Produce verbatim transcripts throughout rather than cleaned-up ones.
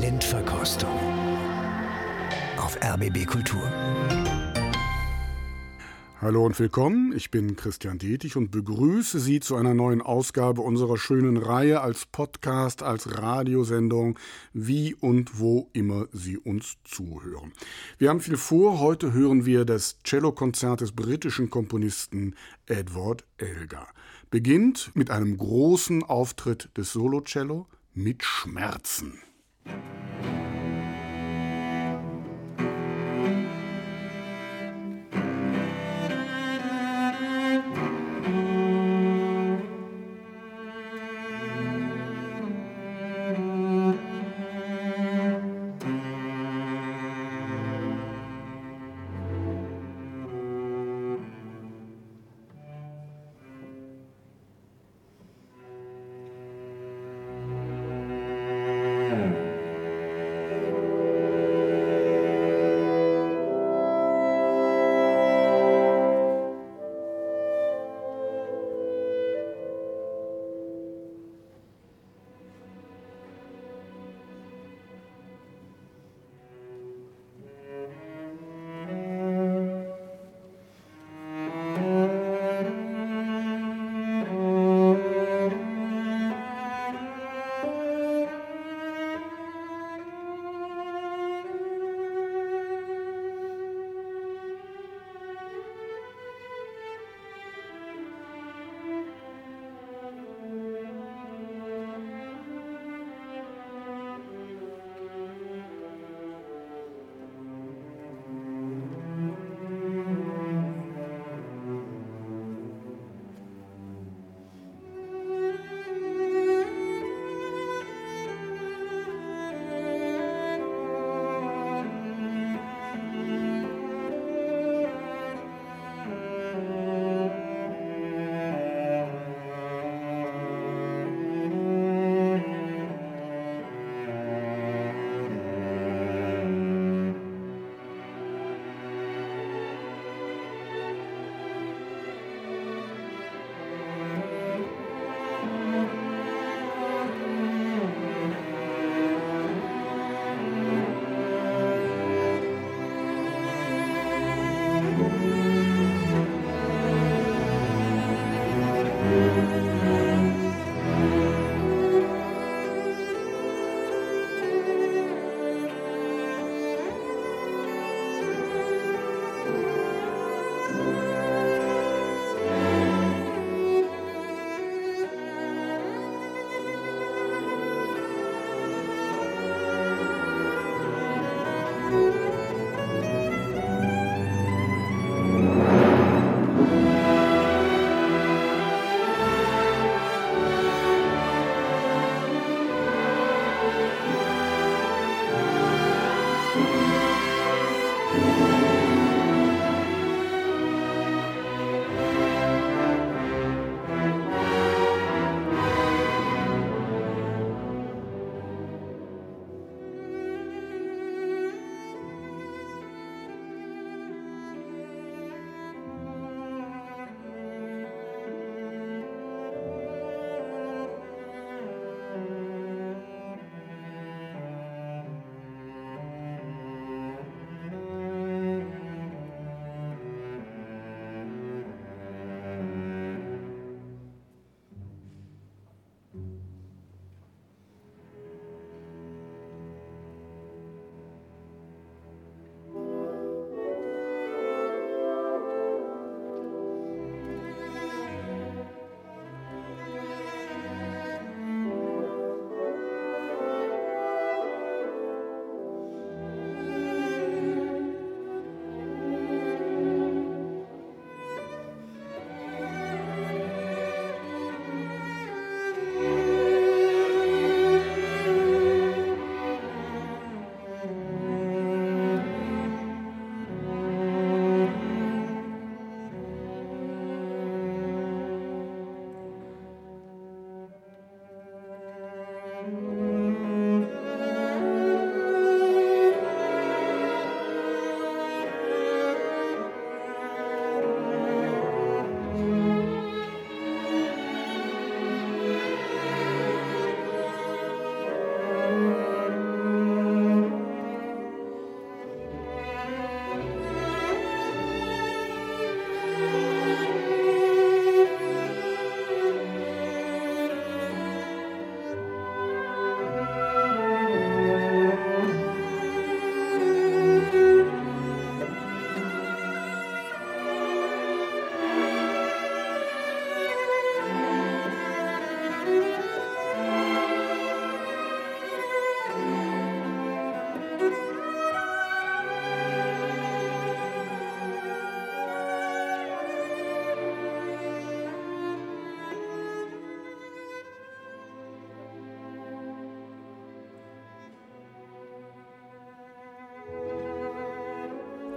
Endverkostung auf R B B Kultur. Hallo und willkommen, ich bin Christian Detig und begrüße Sie zu einer neuen Ausgabe unserer schönen Reihe als Podcast, als Radiosendung, wie und wo immer Sie uns zuhören. Wir haben viel vor, heute hören wir das Cellokonzert des britischen Komponisten Edward Elgar. Beginnt mit einem großen Auftritt des Solocello mit Schmerzen. Yeah.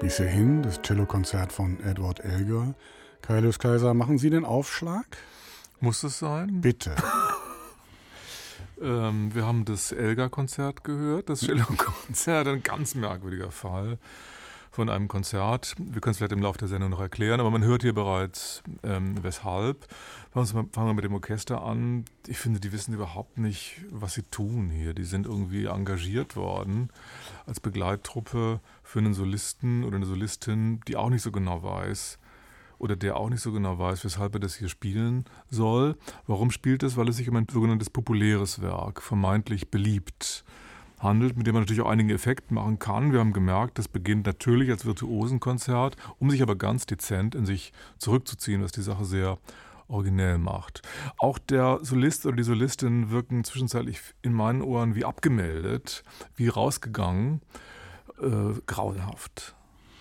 Bis hierhin das Cellokonzert von Edward Elgar. Kaius Kaiser, machen Sie den Aufschlag? Muss es sein? Bitte. ähm, wir haben das Elgar-Konzert gehört, das Cello-Konzert, ein ganz merkwürdiger Fall von einem Konzert. Wir können es vielleicht im Laufe der Sendung noch erklären, aber man hört hier bereits, ähm, weshalb. Fangen wir mit dem Orchester an. Ich finde, die wissen überhaupt nicht, was sie tun hier. Die sind irgendwie engagiert worden als Begleittruppe für einen Solisten oder eine Solistin, die auch nicht so genau weiß, oder der auch nicht so genau weiß, weshalb er das hier spielen soll. Warum spielt es? Weil es sich um ein sogenanntes populäres Werk, vermeintlich beliebt, handelt, mit dem man natürlich auch einigen Effekt machen kann. Wir haben gemerkt, das beginnt natürlich als Virtuosenkonzert, um sich aber ganz dezent in sich zurückzuziehen, was die Sache sehr originell macht. Auch der Solist oder die Solistin wirken zwischenzeitlich in meinen Ohren wie abgemeldet, wie rausgegangen, äh, grauenhaft.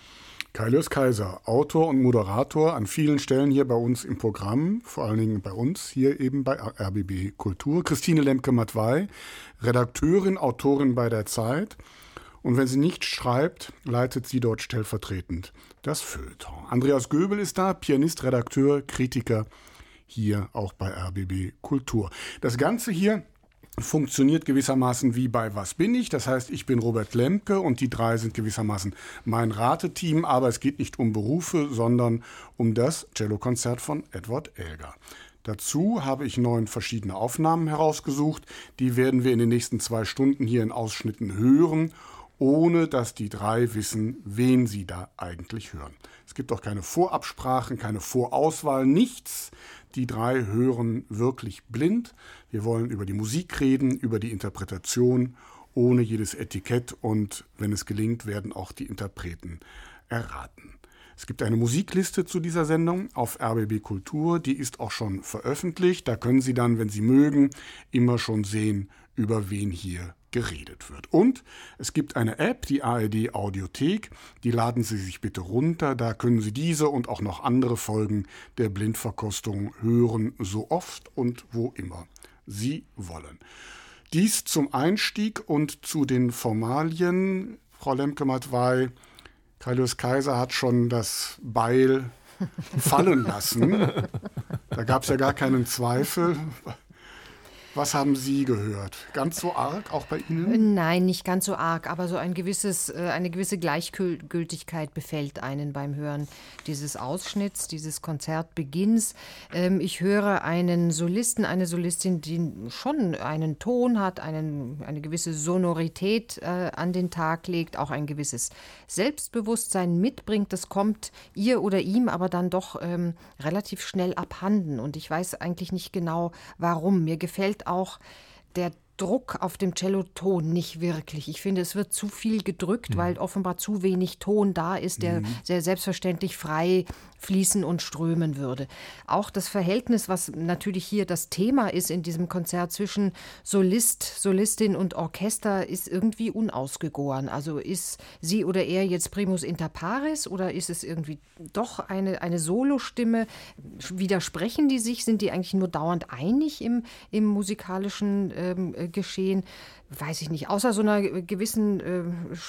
Kaius Kaiser, Autor und Moderator an vielen Stellen hier bei uns im Programm, vor allen Dingen bei uns, hier eben bei R B B Kultur. Christine Lemke-Matwei, Redakteurin, Autorin bei der Zeit. Und wenn sie nicht schreibt, leitet sie dort stellvertretend das Feuilleton. Andreas Göbel ist da, Pianist, Redakteur, Kritiker, hier auch bei R B B Kultur. Das Ganze hier funktioniert gewissermaßen wie bei Was bin ich? Das heißt, ich bin Robert Lemke und die drei sind gewissermaßen mein Rateteam, aber es geht nicht um Berufe, sondern um das Cellokonzert von Edward Elgar. Dazu habe ich neun verschiedene Aufnahmen herausgesucht. Die werden wir in den nächsten zwei Stunden hier in Ausschnitten hören, ohne dass die drei wissen, wen sie da eigentlich hören. Es gibt auch keine Vorabsprachen, keine Vorauswahl, nichts. Die drei hören wirklich blind. Wir wollen über die Musik reden, über die Interpretation, ohne jedes Etikett. Und wenn es gelingt, werden auch die Interpreten erraten. Es gibt eine Musikliste zu dieser Sendung auf R B B Kultur. Die ist auch schon veröffentlicht. Da können Sie dann, wenn Sie mögen, immer schon sehen, über wen hier geredet wird. Und es gibt eine App, die A R D Audiothek, die laden Sie sich bitte runter, da können Sie diese und auch noch andere Folgen der Blindverkostung hören, so oft und wo immer Sie wollen. Dies zum Einstieg und zu den Formalien. Frau Lemke-Matwei, Kaius Kaiser hat schon das Beil fallen lassen. Da gab es ja gar keinen Zweifel. Was haben Sie gehört? Ganz so arg, auch bei Ihnen? Nein, nicht ganz so arg, aber so ein gewisses, eine gewisse Gleichgültigkeit befällt einen beim Hören dieses Ausschnitts, dieses Konzertbeginns. Ich höre einen Solisten, eine Solistin, die schon einen Ton hat, einen, eine gewisse Sonorität an den Tag legt, auch ein gewisses Selbstbewusstsein mitbringt. Das kommt ihr oder ihm aber dann doch ähm, relativ schnell abhanden. Und ich weiß eigentlich nicht genau, warum. Mir gefällt auch der Druck auf dem Celloton nicht wirklich. Ich finde, es wird zu viel gedrückt, mhm. weil offenbar zu wenig Ton da ist, der mhm. sehr selbstverständlich frei fließen und strömen würde. Auch das Verhältnis, was natürlich hier das Thema ist in diesem Konzert zwischen Solist, Solistin und Orchester, ist irgendwie unausgegoren. Also ist sie oder er jetzt primus inter pares oder ist es irgendwie doch eine, eine Solostimme? Widersprechen die sich? Sind die eigentlich nur dauernd einig im, im musikalischen ähm, Geschehen? Weiß ich nicht. Außer so einer gewissen äh,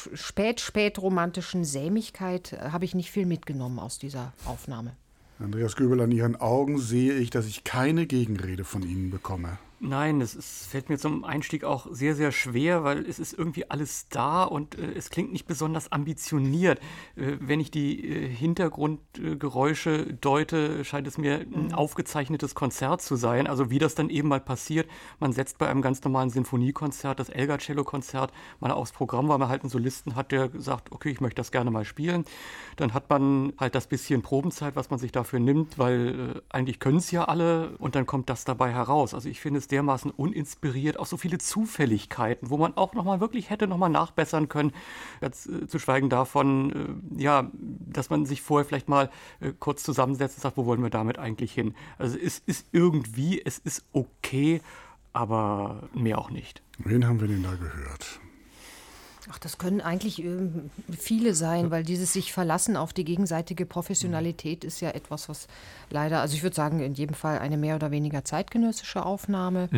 spät-spätromantischen Sämigkeit äh, habe ich nicht viel mitgenommen aus dieser Aufnahme. Andreas Göbel, an Ihren Augen sehe ich, dass ich keine Gegenrede von Ihnen bekomme. Nein, es ist, fällt mir zum Einstieg auch sehr, sehr schwer, weil es ist irgendwie alles da und äh, es klingt nicht besonders ambitioniert. Äh, wenn ich die äh, Hintergrundgeräusche deute, scheint es mir ein aufgezeichnetes Konzert zu sein. Also wie das dann eben mal passiert, man setzt bei einem ganz normalen Sinfoniekonzert, das Elgar-Cello-Konzert, mal aufs Programm, weil man halt einen Solisten hat, der sagt, okay, ich möchte das gerne mal spielen. Dann hat man halt das bisschen Probenzeit, was man sich dafür nimmt, weil äh, eigentlich können es ja alle und dann kommt das dabei heraus. Also ich finde es dermaßen uninspiriert, auch so viele Zufälligkeiten, wo man auch nochmal wirklich hätte nochmal nachbessern können, ganz äh, zu schweigen davon, äh, ja, dass man sich vorher vielleicht mal äh, kurz zusammensetzt und sagt, wo wollen wir damit eigentlich hin? Also es ist irgendwie, es ist okay, aber mehr auch nicht. Wen haben wir denn da gehört? Ach, das können eigentlich äh, viele sein, weil dieses sich verlassen auf die gegenseitige Professionalität ist ja etwas, was leider, also ich würde sagen, in jedem Fall eine mehr oder weniger zeitgenössische Aufnahme. Mhm.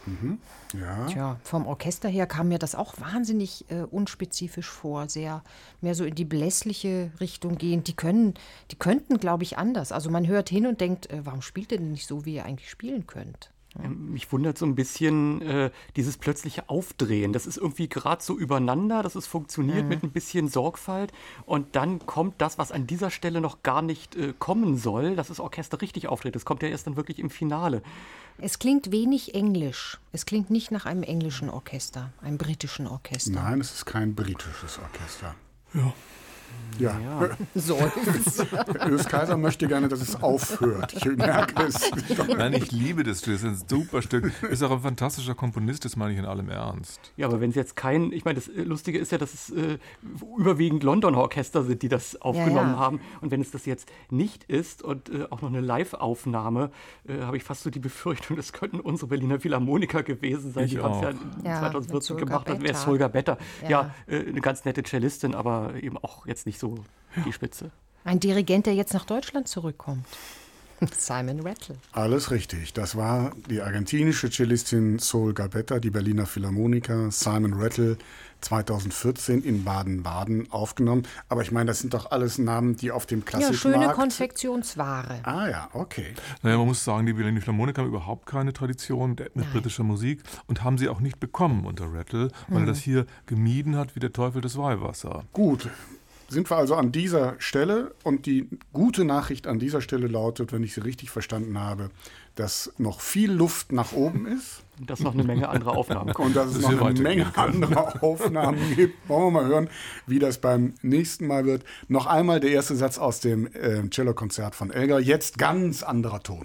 Mhm. Ja. Tja, vom Orchester her kam mir das auch wahnsinnig äh, unspezifisch vor, sehr mehr so in die blässliche Richtung gehen. Die können, die könnten, glaube ich, anders. Also man hört hin und denkt, äh, warum spielt ihr denn nicht so, wie ihr eigentlich spielen könnt? Ja, mich wundert so ein bisschen äh, dieses plötzliche Aufdrehen. Das ist irgendwie gerade so übereinander, dass es funktioniert mhm. mit ein bisschen Sorgfalt. Und dann kommt das, was an dieser Stelle noch gar nicht äh, kommen soll, dass das Orchester richtig auftritt. Das kommt ja erst dann wirklich im Finale. Es klingt wenig englisch. Es klingt nicht nach einem englischen Orchester, einem britischen Orchester. Nein, es ist kein britisches Orchester. Ja. Ja. Ja. So. Ös Kaiser möchte gerne, dass es aufhört. Ich merke es. Nein, ich liebe das Stück. Das ist ein super Stück. Ist auch ein fantastischer Komponist, das meine ich in allem Ernst. Ja, aber wenn es jetzt kein, ich meine, das Lustige ist ja, dass es äh, überwiegend Londoner Orchester sind, die das aufgenommen ja, ja. haben. Und wenn es das jetzt nicht ist und äh, auch noch eine Live-Aufnahme, äh, habe ich fast so die Befürchtung, das könnten unsere Berliner Philharmoniker gewesen sein. Ich die haben es ja in ja, zweitausendvierzehn gemacht. Das wäre Solga Better. Ja, Ja. ja äh, eine ganz nette Cellistin, aber eben auch jetzt nicht so die Spitze. Ein Dirigent, der jetzt nach Deutschland zurückkommt. Simon Rattle. Alles richtig. Das war die argentinische Cellistin Sol Gabetta, die Berliner Philharmoniker, Simon Rattle, zweitausendvierzehn in Baden-Baden aufgenommen. Aber ich meine, das sind doch alles Namen, die auf dem Ja, Klassikmarkt... schöne Konfektionsware. Ah ja, okay. Naja, man muss sagen, die Berliner Philharmoniker haben überhaupt keine Tradition mit Nein. britischer Musik und haben sie auch nicht bekommen unter Rattle, weil mhm. er das hier gemieden hat wie der Teufel das Weihwasser. Gut. Sind wir also an dieser Stelle und die gute Nachricht an dieser Stelle lautet, wenn ich sie richtig verstanden habe, dass noch viel Luft nach oben ist. Und dass noch eine Menge andere Aufnahmen kommen. Und dass es Das noch eine Menge anderer Aufnahmen gibt. Wollen wir mal hören, wie das beim nächsten Mal wird. Noch einmal der erste Satz aus dem äh, Cellokonzert von Elgar. Jetzt ganz anderer Ton.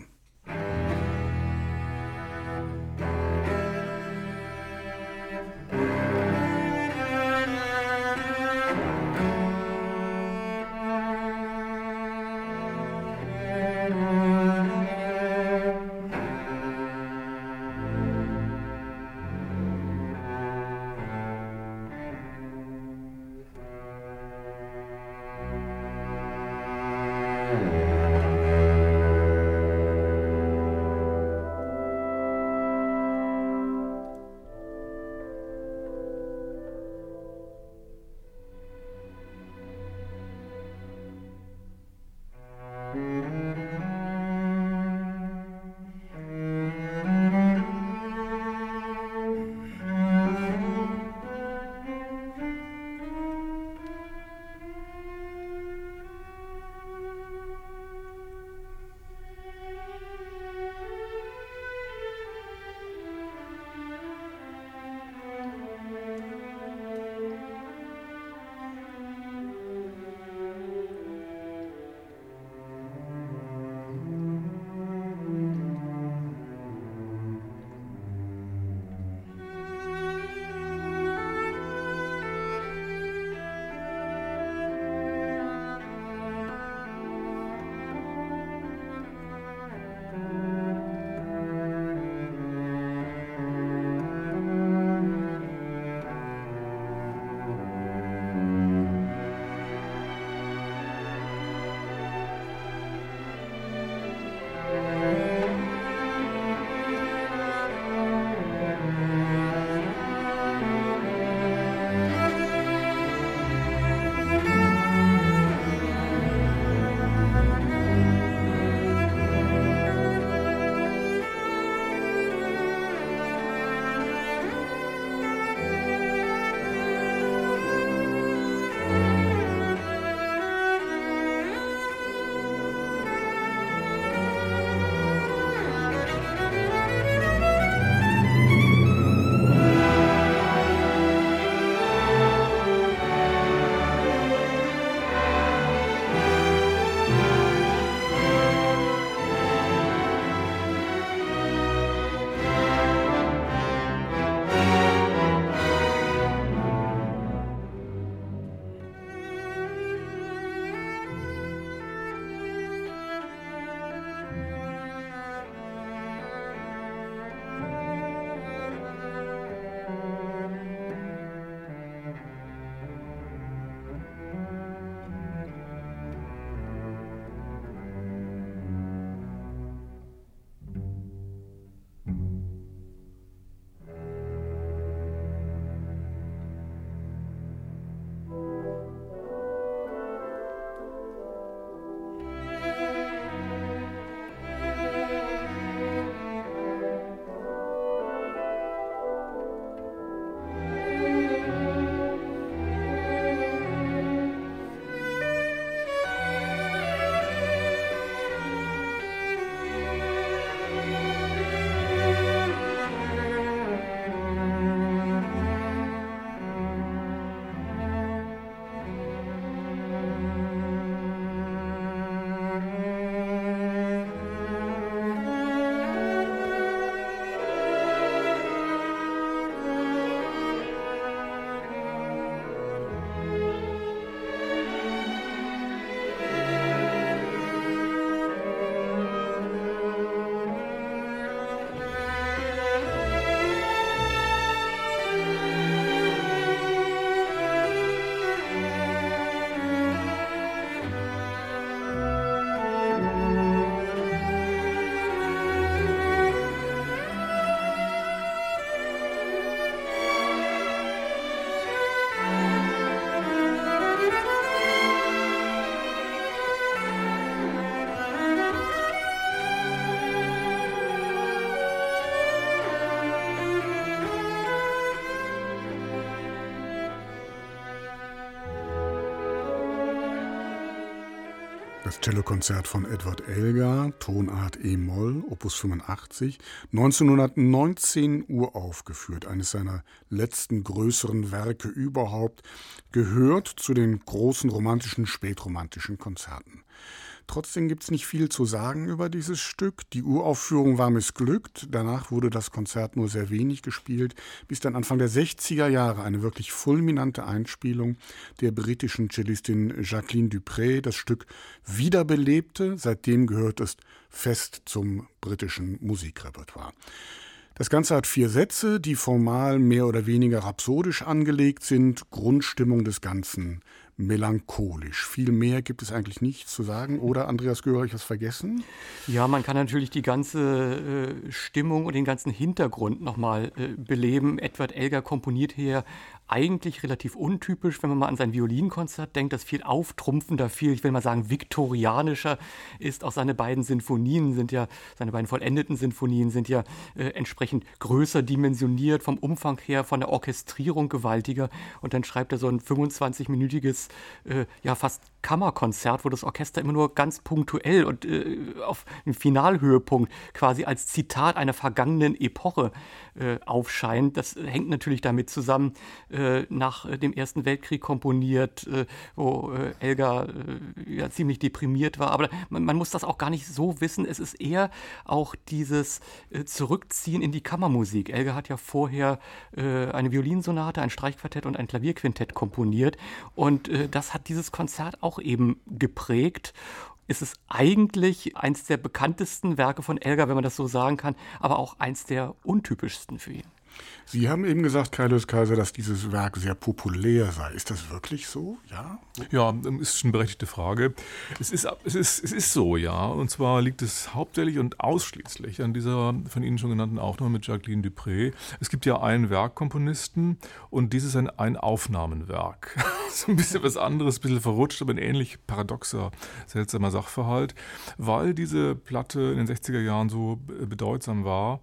Das Cellokonzert von Edward Elgar, Tonart E-Moll, Opus fünfundachtzig, neunzehnhundertneunzehn uraufgeführt, eines seiner letzten größeren Werke überhaupt, gehört zu den großen romantischen, spätromantischen Konzerten. Trotzdem gibt es nicht viel zu sagen über dieses Stück. Die Uraufführung war missglückt. Danach wurde das Konzert nur sehr wenig gespielt, bis dann Anfang der sechziger Jahre eine wirklich fulminante Einspielung der britischen Cellistin Jacqueline du Pré das Stück wiederbelebte. Seitdem gehört es fest zum britischen Musikrepertoire. Das Ganze hat vier Sätze, die formal mehr oder weniger rhapsodisch angelegt sind. Grundstimmung des Ganzen melancholisch. Viel mehr gibt es eigentlich nicht zu sagen. Oder, Andreas Görer, ich was vergessen? Ja, man kann natürlich die ganze äh, Stimmung und den ganzen Hintergrund nochmal äh, beleben. Edward Elgar komponiert hier eigentlich relativ untypisch, wenn man mal an sein Violinkonzert denkt, das viel auftrumpfender, viel, ich will mal sagen, viktorianischer ist. Auch seine beiden Sinfonien sind ja, seine beiden vollendeten Sinfonien sind ja äh, entsprechend größer dimensioniert, vom Umfang her, von der Orchestrierung gewaltiger. Und dann schreibt er so ein fünfundzwanzig-minütiges, äh, ja fast Kammerkonzert, wo das Orchester immer nur ganz punktuell und äh, auf den Finalhöhepunkt quasi als Zitat einer vergangenen Epoche äh, aufscheint. Das hängt natürlich damit zusammen, äh, nach äh, dem Ersten Weltkrieg komponiert, äh, wo äh, Elgar äh, ja ziemlich deprimiert war. Aber man, man muss das auch gar nicht so wissen. Es ist eher auch dieses äh, Zurückziehen in die Kammermusik. Elgar hat ja vorher äh, eine Violinsonate, ein Streichquartett und ein Klavierquintett komponiert. Und äh, das hat dieses Konzert auch eben geprägt. Es ist eigentlich eins der bekanntesten Werke von Elgar, wenn man das so sagen kann, aber auch eins der untypischsten für ihn. Sie haben eben gesagt, Kaius Kaiser, dass dieses Werk sehr populär sei. Ist das wirklich so? Ja? Ja, ist schon eine berechtigte Frage. Es ist, es ist, es ist so, ja. Und zwar liegt es hauptsächlich und ausschließlich an dieser von Ihnen schon genannten Aufnahme mit Jacqueline du Pré. Es gibt ja einen Werkkomponisten und dieses ist ein, ein Aufnahmenwerk. So ein bisschen was anderes, ein bisschen verrutscht, aber ein ähnlich paradoxer, seltsamer Sachverhalt. Weil diese Platte in den sechziger Jahren so bedeutsam war,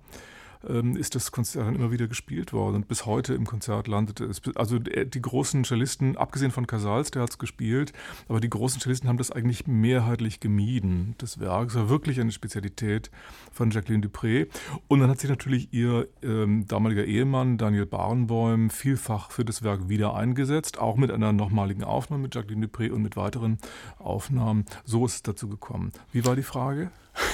ist das Konzert dann immer wieder gespielt worden und bis heute im Konzert landete es. Also die großen Cellisten, abgesehen von Casals, der hat es gespielt, aber die großen Cellisten haben das eigentlich mehrheitlich gemieden, das Werk. Es war wirklich eine Spezialität von Jacqueline du Pré. Und dann hat sich natürlich ihr ähm, damaliger Ehemann Daniel Barenboim vielfach für das Werk wieder eingesetzt, auch mit einer nochmaligen Aufnahme mit Jacqueline du Pré und mit weiteren Aufnahmen. So ist es dazu gekommen. Wie war die Frage?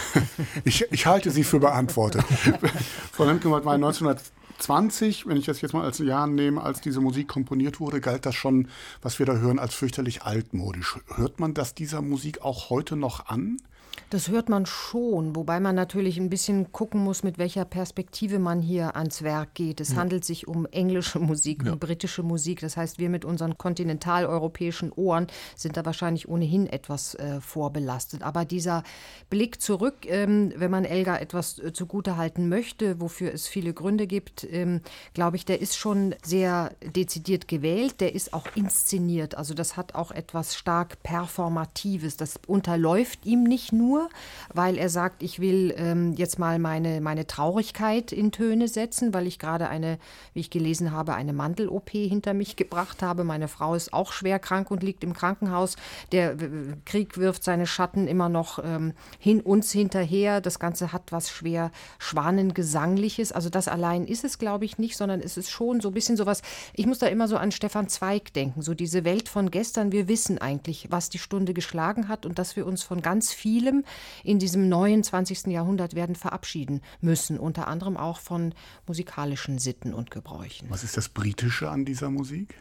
Ich, ich halte sie für beantwortet. Frau Lemke-Watt war neunzehnhundertzwanzig, wenn ich das jetzt mal als Jahr nehme, als diese Musik komponiert wurde, galt das schon, was wir da hören, als fürchterlich altmodisch. Hört man das dieser Musik auch heute noch an? Das hört man schon, wobei man natürlich ein bisschen gucken muss, mit welcher Perspektive man hier ans Werk geht. Es ja. handelt sich um englische Musik, ja. um britische Musik. Das heißt, wir mit unseren kontinentaleuropäischen Ohren sind da wahrscheinlich ohnehin etwas äh, vorbelastet. Aber dieser Blick zurück, ähm, wenn man Elgar etwas äh, zugutehalten möchte, wofür es viele Gründe gibt, ähm, glaube ich, der ist schon sehr dezidiert gewählt. Der ist auch inszeniert. Also das hat auch etwas stark Performatives. Das unterläuft ihm nicht nur, weil er sagt, ich will ähm, jetzt mal meine, meine Traurigkeit in Töne setzen, weil ich gerade eine, wie ich gelesen habe, eine Mandel-O P hinter mich gebracht habe. Meine Frau ist auch schwer krank und liegt im Krankenhaus. Der äh, Krieg wirft seine Schatten immer noch ähm, hin uns hinterher. Das Ganze hat was schwer Schwanengesangliches. Also das allein ist es, glaube ich, nicht, sondern es ist schon so ein bisschen sowas, ich muss da immer so an Stefan Zweig denken, so diese Welt von gestern. Wir wissen eigentlich, was die Stunde geschlagen hat und dass wir uns von ganz vielem in diesem neuen zwanzigsten Jahrhundert werden verabschieden müssen, unter anderem auch von musikalischen Sitten und Gebräuchen. Was ist das Britische an dieser Musik?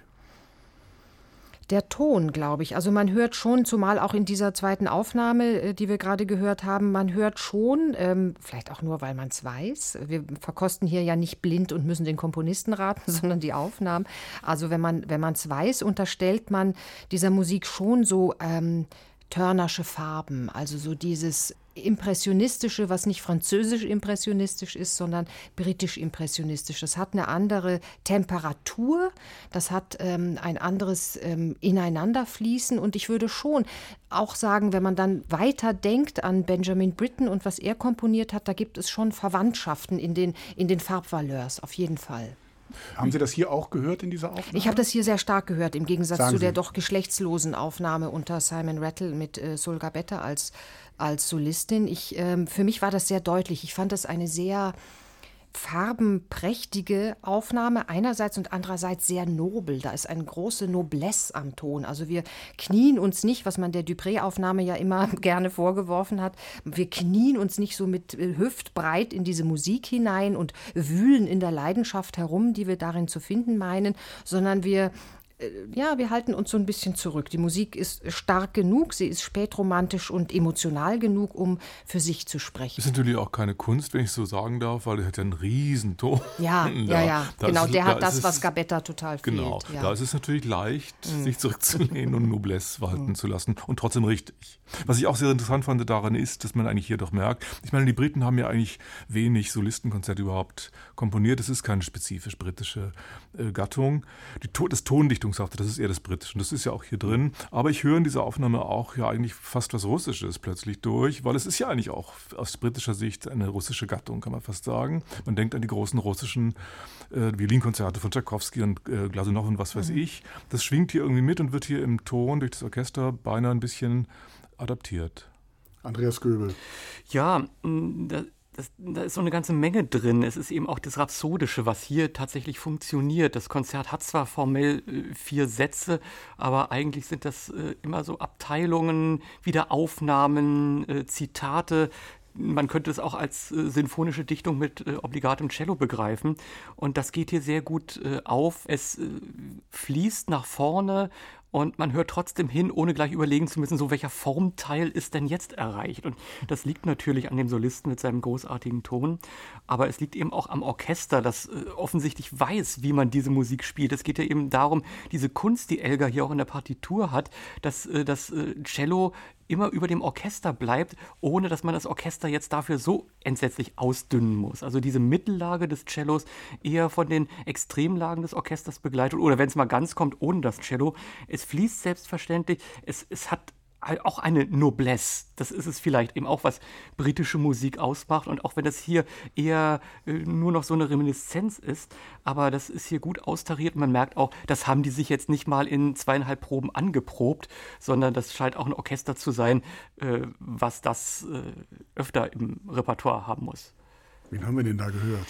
Der Ton, glaube ich. Also man hört schon, zumal auch in dieser zweiten Aufnahme, die wir gerade gehört haben, man hört schon, ähm, vielleicht auch nur, weil man es weiß, wir verkosten hier ja nicht blind und müssen den Komponisten raten, sondern die Aufnahmen. Also wenn man wenn man es weiß, unterstellt man dieser Musik schon so ähm, Turnersche Farben, also so dieses Impressionistische, was nicht französisch impressionistisch ist, sondern britisch impressionistisch. Das hat eine andere Temperatur, das hat ähm, ein anderes ähm, Ineinanderfließen und ich würde schon auch sagen, wenn man dann weiter denkt an Benjamin Britten und was er komponiert hat, da gibt es schon Verwandtschaften in den, in den Farbvaleurs, auf jeden Fall. Haben Sie das hier auch gehört in dieser Aufnahme? Ich habe das hier sehr stark gehört, im Gegensatz Sagen zu Sie. der doch geschlechtslosen Aufnahme unter Simon Rattle mit äh, Sol Gabetta als, als Solistin. Ich, ähm, für mich war das sehr deutlich. Ich fand das eine sehr farbenprächtige Aufnahme einerseits und andererseits sehr nobel. Da ist eine große Noblesse am Ton. Also wir knien uns nicht, was man der Dupré-Aufnahme ja immer gerne vorgeworfen hat, wir knien uns nicht so mit hüftbreit in diese Musik hinein und wühlen in der Leidenschaft herum, die wir darin zu finden meinen, sondern wir Ja, wir halten uns so ein bisschen zurück. Die Musik ist stark genug, sie ist spätromantisch und emotional genug, um für sich zu sprechen. Ist natürlich auch keine Kunst, wenn ich so sagen darf, weil er hat ja einen Riesenton. Ja, ja, ja, da genau, ist, der da hat das, es, was Gabetta total fehlt. Genau, ja. da ist es natürlich leicht, mhm. sich zurückzulehnen und Noblesse walten mhm. zu lassen und trotzdem richtig. Was ich auch sehr interessant fand daran ist, dass man eigentlich hier doch merkt, ich meine, die Briten haben ja eigentlich wenig Solistenkonzerte überhaupt komponiert. Es ist keine spezifisch britische äh, Gattung. Die to- das Tondichtung sagte, das ist eher das Britische. Und das ist ja auch hier drin. Aber ich höre in dieser Aufnahme auch ja eigentlich fast was Russisches plötzlich durch, weil es ist ja eigentlich auch aus britischer Sicht eine russische Gattung, kann man fast sagen. Man denkt an die großen russischen äh, Violinkonzerte von Tschaikowski und äh, Glasunow und was weiß mhm. ich. Das schwingt hier irgendwie mit und wird hier im Ton durch das Orchester beinahe ein bisschen adaptiert. Andreas Göbel. Ja, das Das, da ist so eine ganze Menge drin. Es ist eben auch das Rhapsodische, was hier tatsächlich funktioniert. Das Konzert hat zwar formell äh, vier Sätze, aber eigentlich sind das äh, immer so Abteilungen, Wiederaufnahmen, äh, Zitate. Man könnte es auch als äh, sinfonische Dichtung mit äh, obligatem Cello begreifen. Und das geht hier sehr gut äh, auf. Es äh, fließt nach vorne. Und man hört trotzdem hin, ohne gleich überlegen zu müssen, so welcher Formteil ist denn jetzt erreicht. Und das liegt natürlich an dem Solisten mit seinem großartigen Ton. Aber es liegt eben auch am Orchester, das äh, offensichtlich weiß, wie man diese Musik spielt. Es geht ja eben darum, diese Kunst, die Elgar hier auch in der Partitur hat, dass äh, das äh, Cello immer über dem Orchester bleibt, ohne dass man das Orchester jetzt dafür so entsetzlich ausdünnen muss. Also diese Mittellage des Cellos eher von den Extremlagen des Orchesters begleitet oder wenn es mal ganz kommt, ohne das Cello. Es fließt selbstverständlich, es, es hat auch eine Noblesse. Das ist es vielleicht eben auch, was britische Musik ausmacht. Und auch wenn das hier eher äh, nur noch so eine Reminiszenz ist, aber das ist hier gut austariert. Man merkt auch, das haben die sich jetzt nicht mal in zweieinhalb Proben angeprobt, sondern das scheint auch ein Orchester zu sein, äh, was das äh, öfter im Repertoire haben muss. Wen haben wir denn da gehört?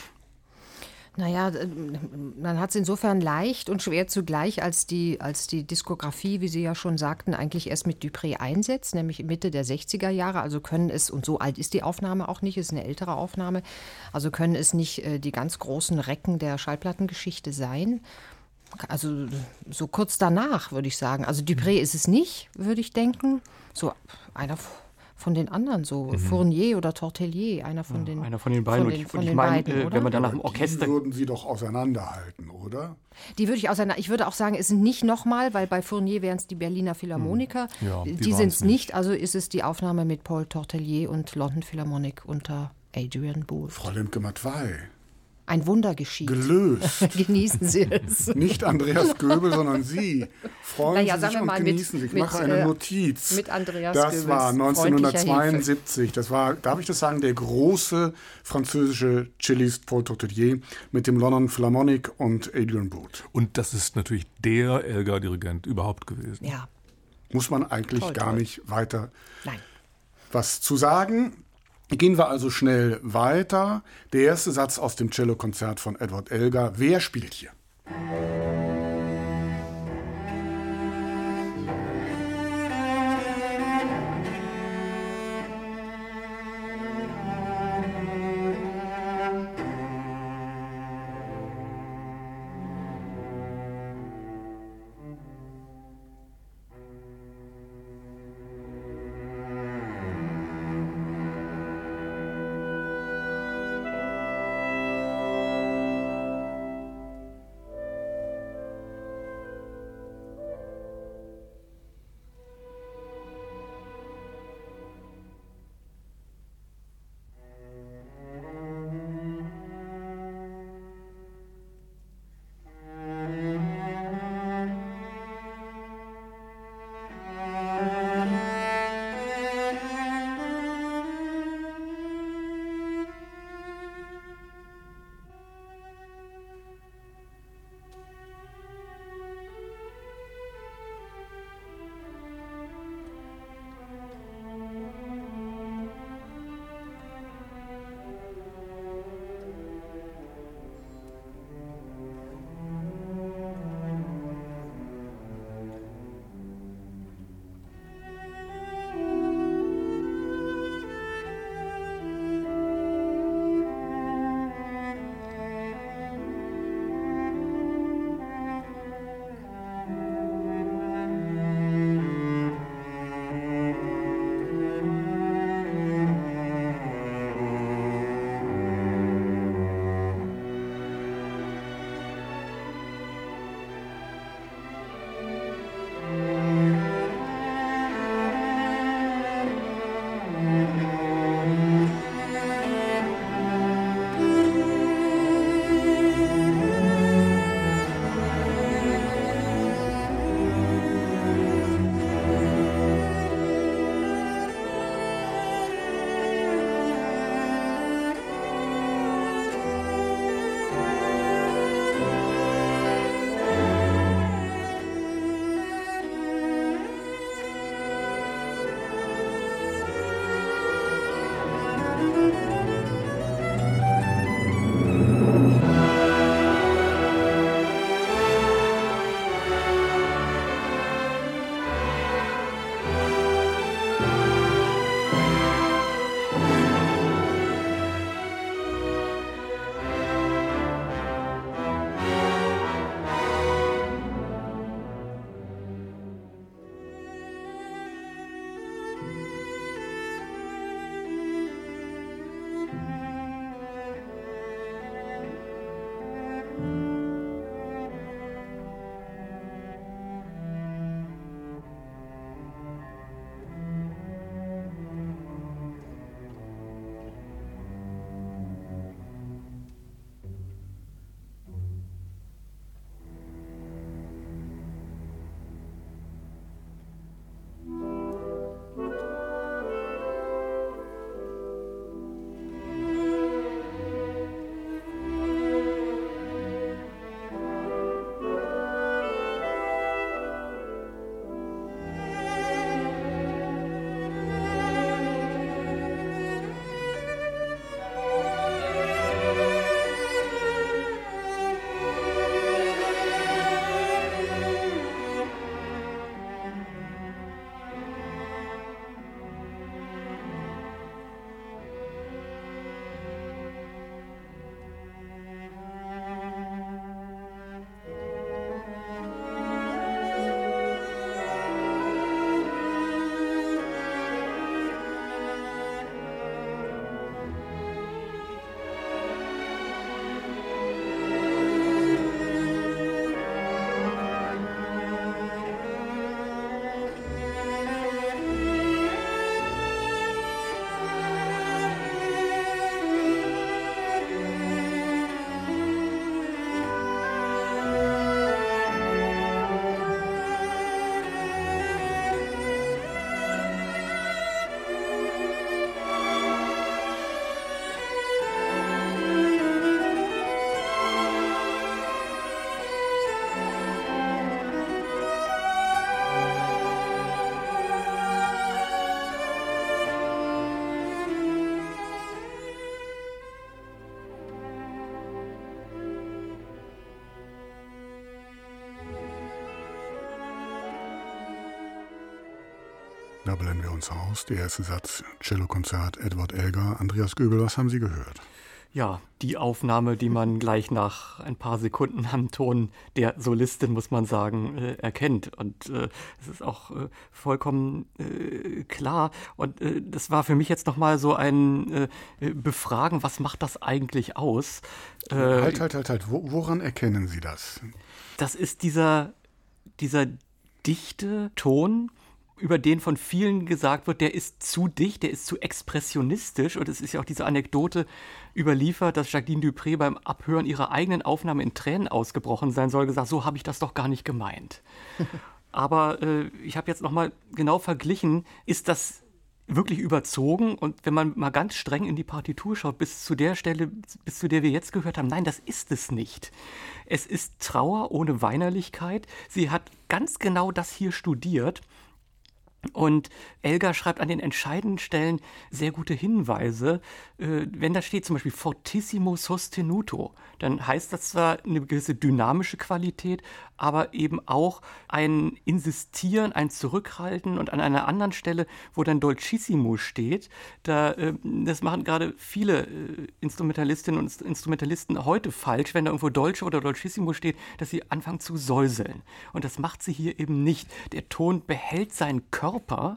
Naja, man hat es insofern leicht und schwer zugleich, als die, als die Diskografie, wie Sie ja schon sagten, eigentlich erst mit Dupré einsetzt, nämlich Mitte der sechziger Jahre. Also können es, und so alt ist die Aufnahme auch nicht, ist eine ältere Aufnahme, also können es nicht äh, die ganz großen Recken der Schallplattengeschichte sein. Also so kurz danach, würde ich sagen. Also Dupré ist es nicht, würde ich denken. So einer von den anderen, so mhm. Fournier oder Tortelier, einer von den, ja, einer von den beiden. Von den, und von ich den meine, beiden, äh, wenn man dann nach dem Orchester... Die würden Sie doch auseinanderhalten, oder? Die würde ich auseinander. Ich würde auch sagen, es sind nicht nochmal, weil bei Fournier wären es die Berliner Philharmoniker. Ja, die die sind es nicht. Also ist es die Aufnahme mit Paul Tortelier und London Philharmonic unter Adrian Boult. Frau Lemke-Matwei. Ein Wunder geschieht. Gelöst. Genießen Sie es. Nicht Andreas Göbel, sondern Sie. Freuen naja, Sie sich und genießen mit, sich. Ich mache mit, eine Notiz. Mit Andreas Das Göbels war neunzehnhundertzweiundsiebzig. Das war, darf ich das sagen, der große französische Cellist Paul Tortelier mit dem London Philharmonic und Adrian Boult. Und das ist natürlich der Elgar-Dirigent überhaupt gewesen. Ja. Muss man eigentlich toll, gar toll. nicht weiter Nein. was zu sagen. Gehen wir also schnell weiter. Der erste Satz aus dem Cellokonzert von Edward Elgar. Wer spielt hier? Da blenden wir uns aus. Der erste Satz, Cellokonzert Edward Elgar. Andreas Göbel, was haben Sie gehört? Ja, die Aufnahme, die man gleich nach ein paar Sekunden am Ton der Solistin, muss man sagen, äh, erkennt. Und äh, es ist auch äh, vollkommen äh, klar. Und äh, das war für mich jetzt nochmal so ein äh, Befragen, was macht das eigentlich aus? Äh, halt, halt, halt, halt. Wo, woran erkennen Sie das? Das ist dieser, dieser dichte Ton, über den von vielen gesagt wird, der ist zu dicht, der ist zu expressionistisch. Und es ist ja auch diese Anekdote überliefert, dass Jacqueline du Pré beim Abhören ihrer eigenen Aufnahme in Tränen ausgebrochen sein soll, gesagt, so habe ich das doch gar nicht gemeint. Aber äh, ich habe jetzt nochmal genau verglichen, ist das wirklich überzogen? Und wenn man mal ganz streng in die Partitur schaut, bis zu der Stelle, bis zu der wir jetzt gehört haben, nein, das ist es nicht. Es ist Trauer ohne Weinerlichkeit. Sie hat ganz genau das hier studiert. Und Elgar schreibt an den entscheidenden Stellen sehr gute Hinweise. Äh, wenn da steht zum Beispiel fortissimo sostenuto, dann heißt das zwar eine gewisse dynamische Qualität, aber eben auch ein Insistieren, ein Zurückhalten. Und an einer anderen Stelle, wo dann dolcissimo steht, da, äh, das machen gerade viele äh, Instrumentalistinnen und Instrumentalisten heute falsch, wenn da irgendwo dolce oder dolcissimo steht, dass sie anfangen zu säuseln. Und das macht sie hier eben nicht. Der Ton behält seinen Körper. Körper.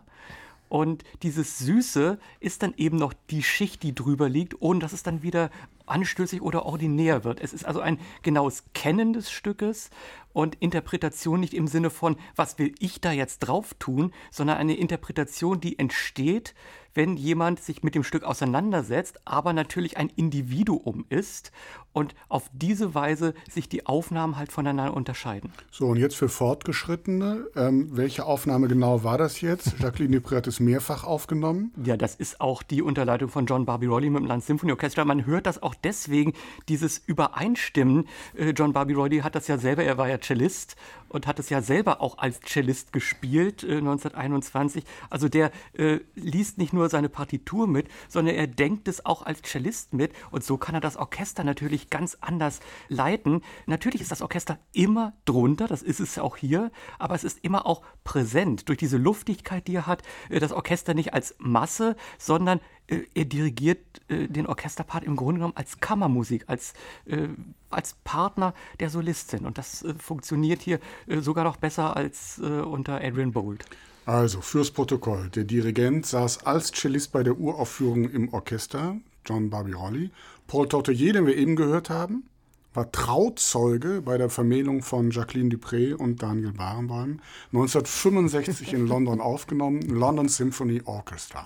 Und dieses Süße ist dann eben noch die Schicht, die drüber liegt, ohne dass es dann wieder anstößig oder ordinär wird. Es ist also ein genaues Kennen des Stückes und Interpretation nicht im Sinne von, was will ich da jetzt drauf tun, sondern eine Interpretation, die entsteht, wenn jemand sich mit dem Stück auseinandersetzt, aber natürlich ein Individuum ist und auf diese Weise sich die Aufnahmen halt voneinander unterscheiden. So, und jetzt für Fortgeschrittene, ähm, welche Aufnahme genau war das jetzt? Jacqueline du Pré hat es mehrfach aufgenommen. Ja, das ist auch die Unterleitung von John Barbirolli mit dem Landessymphonieorchester. Man hört das auch deswegen, dieses Übereinstimmen. Äh, John Barbirolli hat das ja selber, er war ja Cellist und hat es ja selber auch als Cellist gespielt, äh, neunzehnhunderteinundzwanzig. Also der äh, liest nicht nur seine Partitur mit, sondern er denkt es auch als Cellist mit. Und so kann er das Orchester natürlich ganz anders leiten. Natürlich ist das Orchester immer drunter, das ist es auch hier, aber es ist immer auch präsent durch diese Luftigkeit, die er hat. Das Orchester nicht als Masse, sondern äh, er dirigiert äh, den Orchesterpart im Grunde genommen als Kammermusik, als, äh, als Partner der Solistin. Und das äh, funktioniert hier äh, sogar noch besser als äh, unter Adrian Boult. Also, fürs Protokoll. Der Dirigent saß als Cellist bei der Uraufführung im Orchester, John Barbirolli. Paul Tortelier, den wir eben gehört haben, war Trauzeuge bei der Vermählung von Jacqueline du Pré und Daniel Barenboim. neunzehnhundertfünfundsechzig in London aufgenommen, London Symphony Orchestra.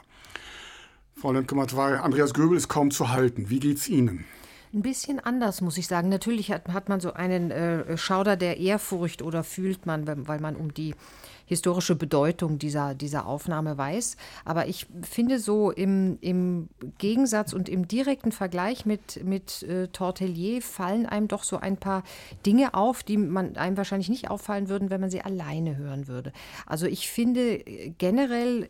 Frau Lemke-Matwei, Andreas Göbel ist kaum zu halten. Wie geht's Ihnen? Ein bisschen anders, muss ich sagen. Natürlich hat, hat man so einen äh, Schauder der Ehrfurcht oder fühlt man, weil man um die historische Bedeutung dieser, dieser Aufnahme weiß. Aber ich finde so im, im Gegensatz und im direkten Vergleich mit, mit äh, Tortelier fallen einem doch so ein paar Dinge auf, die man einem wahrscheinlich nicht auffallen würden, wenn man sie alleine hören würde. Also ich finde generell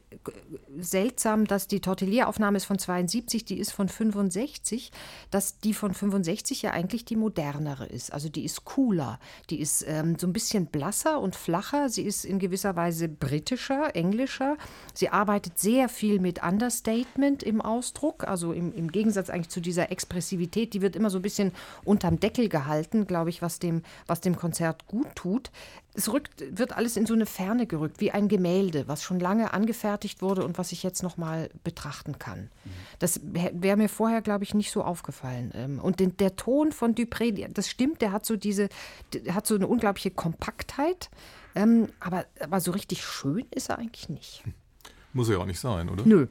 seltsam, dass die Tortelier-Aufnahme ist von zweiundsiebzig, die ist von fünfundsechzig, dass die von fünfundsechzig ja eigentlich die modernere ist. Also die ist cooler, die ist ähm, so ein bisschen blasser und flacher, sie ist in gewisser Weise britischer, englischer. Sie arbeitet sehr viel mit Understatement im Ausdruck, also im, im Gegensatz eigentlich zu dieser Expressivität, die wird immer so ein bisschen unterm Deckel gehalten, glaube ich, was dem, was dem Konzert gut tut. Es rückt, wird alles in so eine Ferne gerückt, wie ein Gemälde, was schon lange angefertigt wurde und was ich jetzt noch mal betrachten kann. Das wäre mir vorher, glaube ich, nicht so aufgefallen. Und den, der Ton von du Pré, das stimmt, der hat so diese, der hat so eine unglaubliche Kompaktheit, ähm, aber, aber so richtig schön ist er eigentlich nicht. Muss ja auch nicht sein, oder? Nö.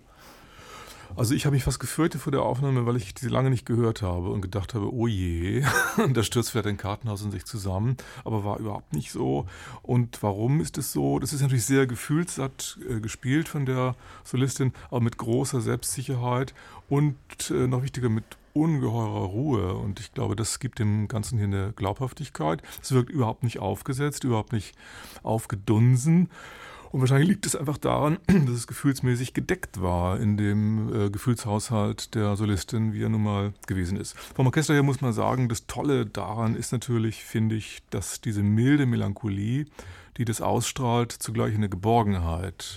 Also ich habe mich fast gefürchtet vor der Aufnahme, weil ich sie lange nicht gehört habe und gedacht habe, oh je, da stürzt vielleicht ein Kartenhaus in sich zusammen, aber war überhaupt nicht so. Und warum ist es so? Das ist natürlich sehr gefühlssatt äh, gespielt von der Solistin, aber mit großer Selbstsicherheit und äh, noch wichtiger mit ungeheurer Ruhe. Und ich glaube, das gibt dem Ganzen hier eine Glaubhaftigkeit. Es wirkt überhaupt nicht aufgesetzt, überhaupt nicht aufgedunsen. Und wahrscheinlich liegt es einfach daran, dass es gefühlsmäßig gedeckt war in dem äh, Gefühlshaushalt der Solistin, wie er nun mal gewesen ist. Vom Orchester her muss man sagen, das Tolle daran ist natürlich, finde ich, dass diese milde Melancholie, die das ausstrahlt, zugleich eine Geborgenheit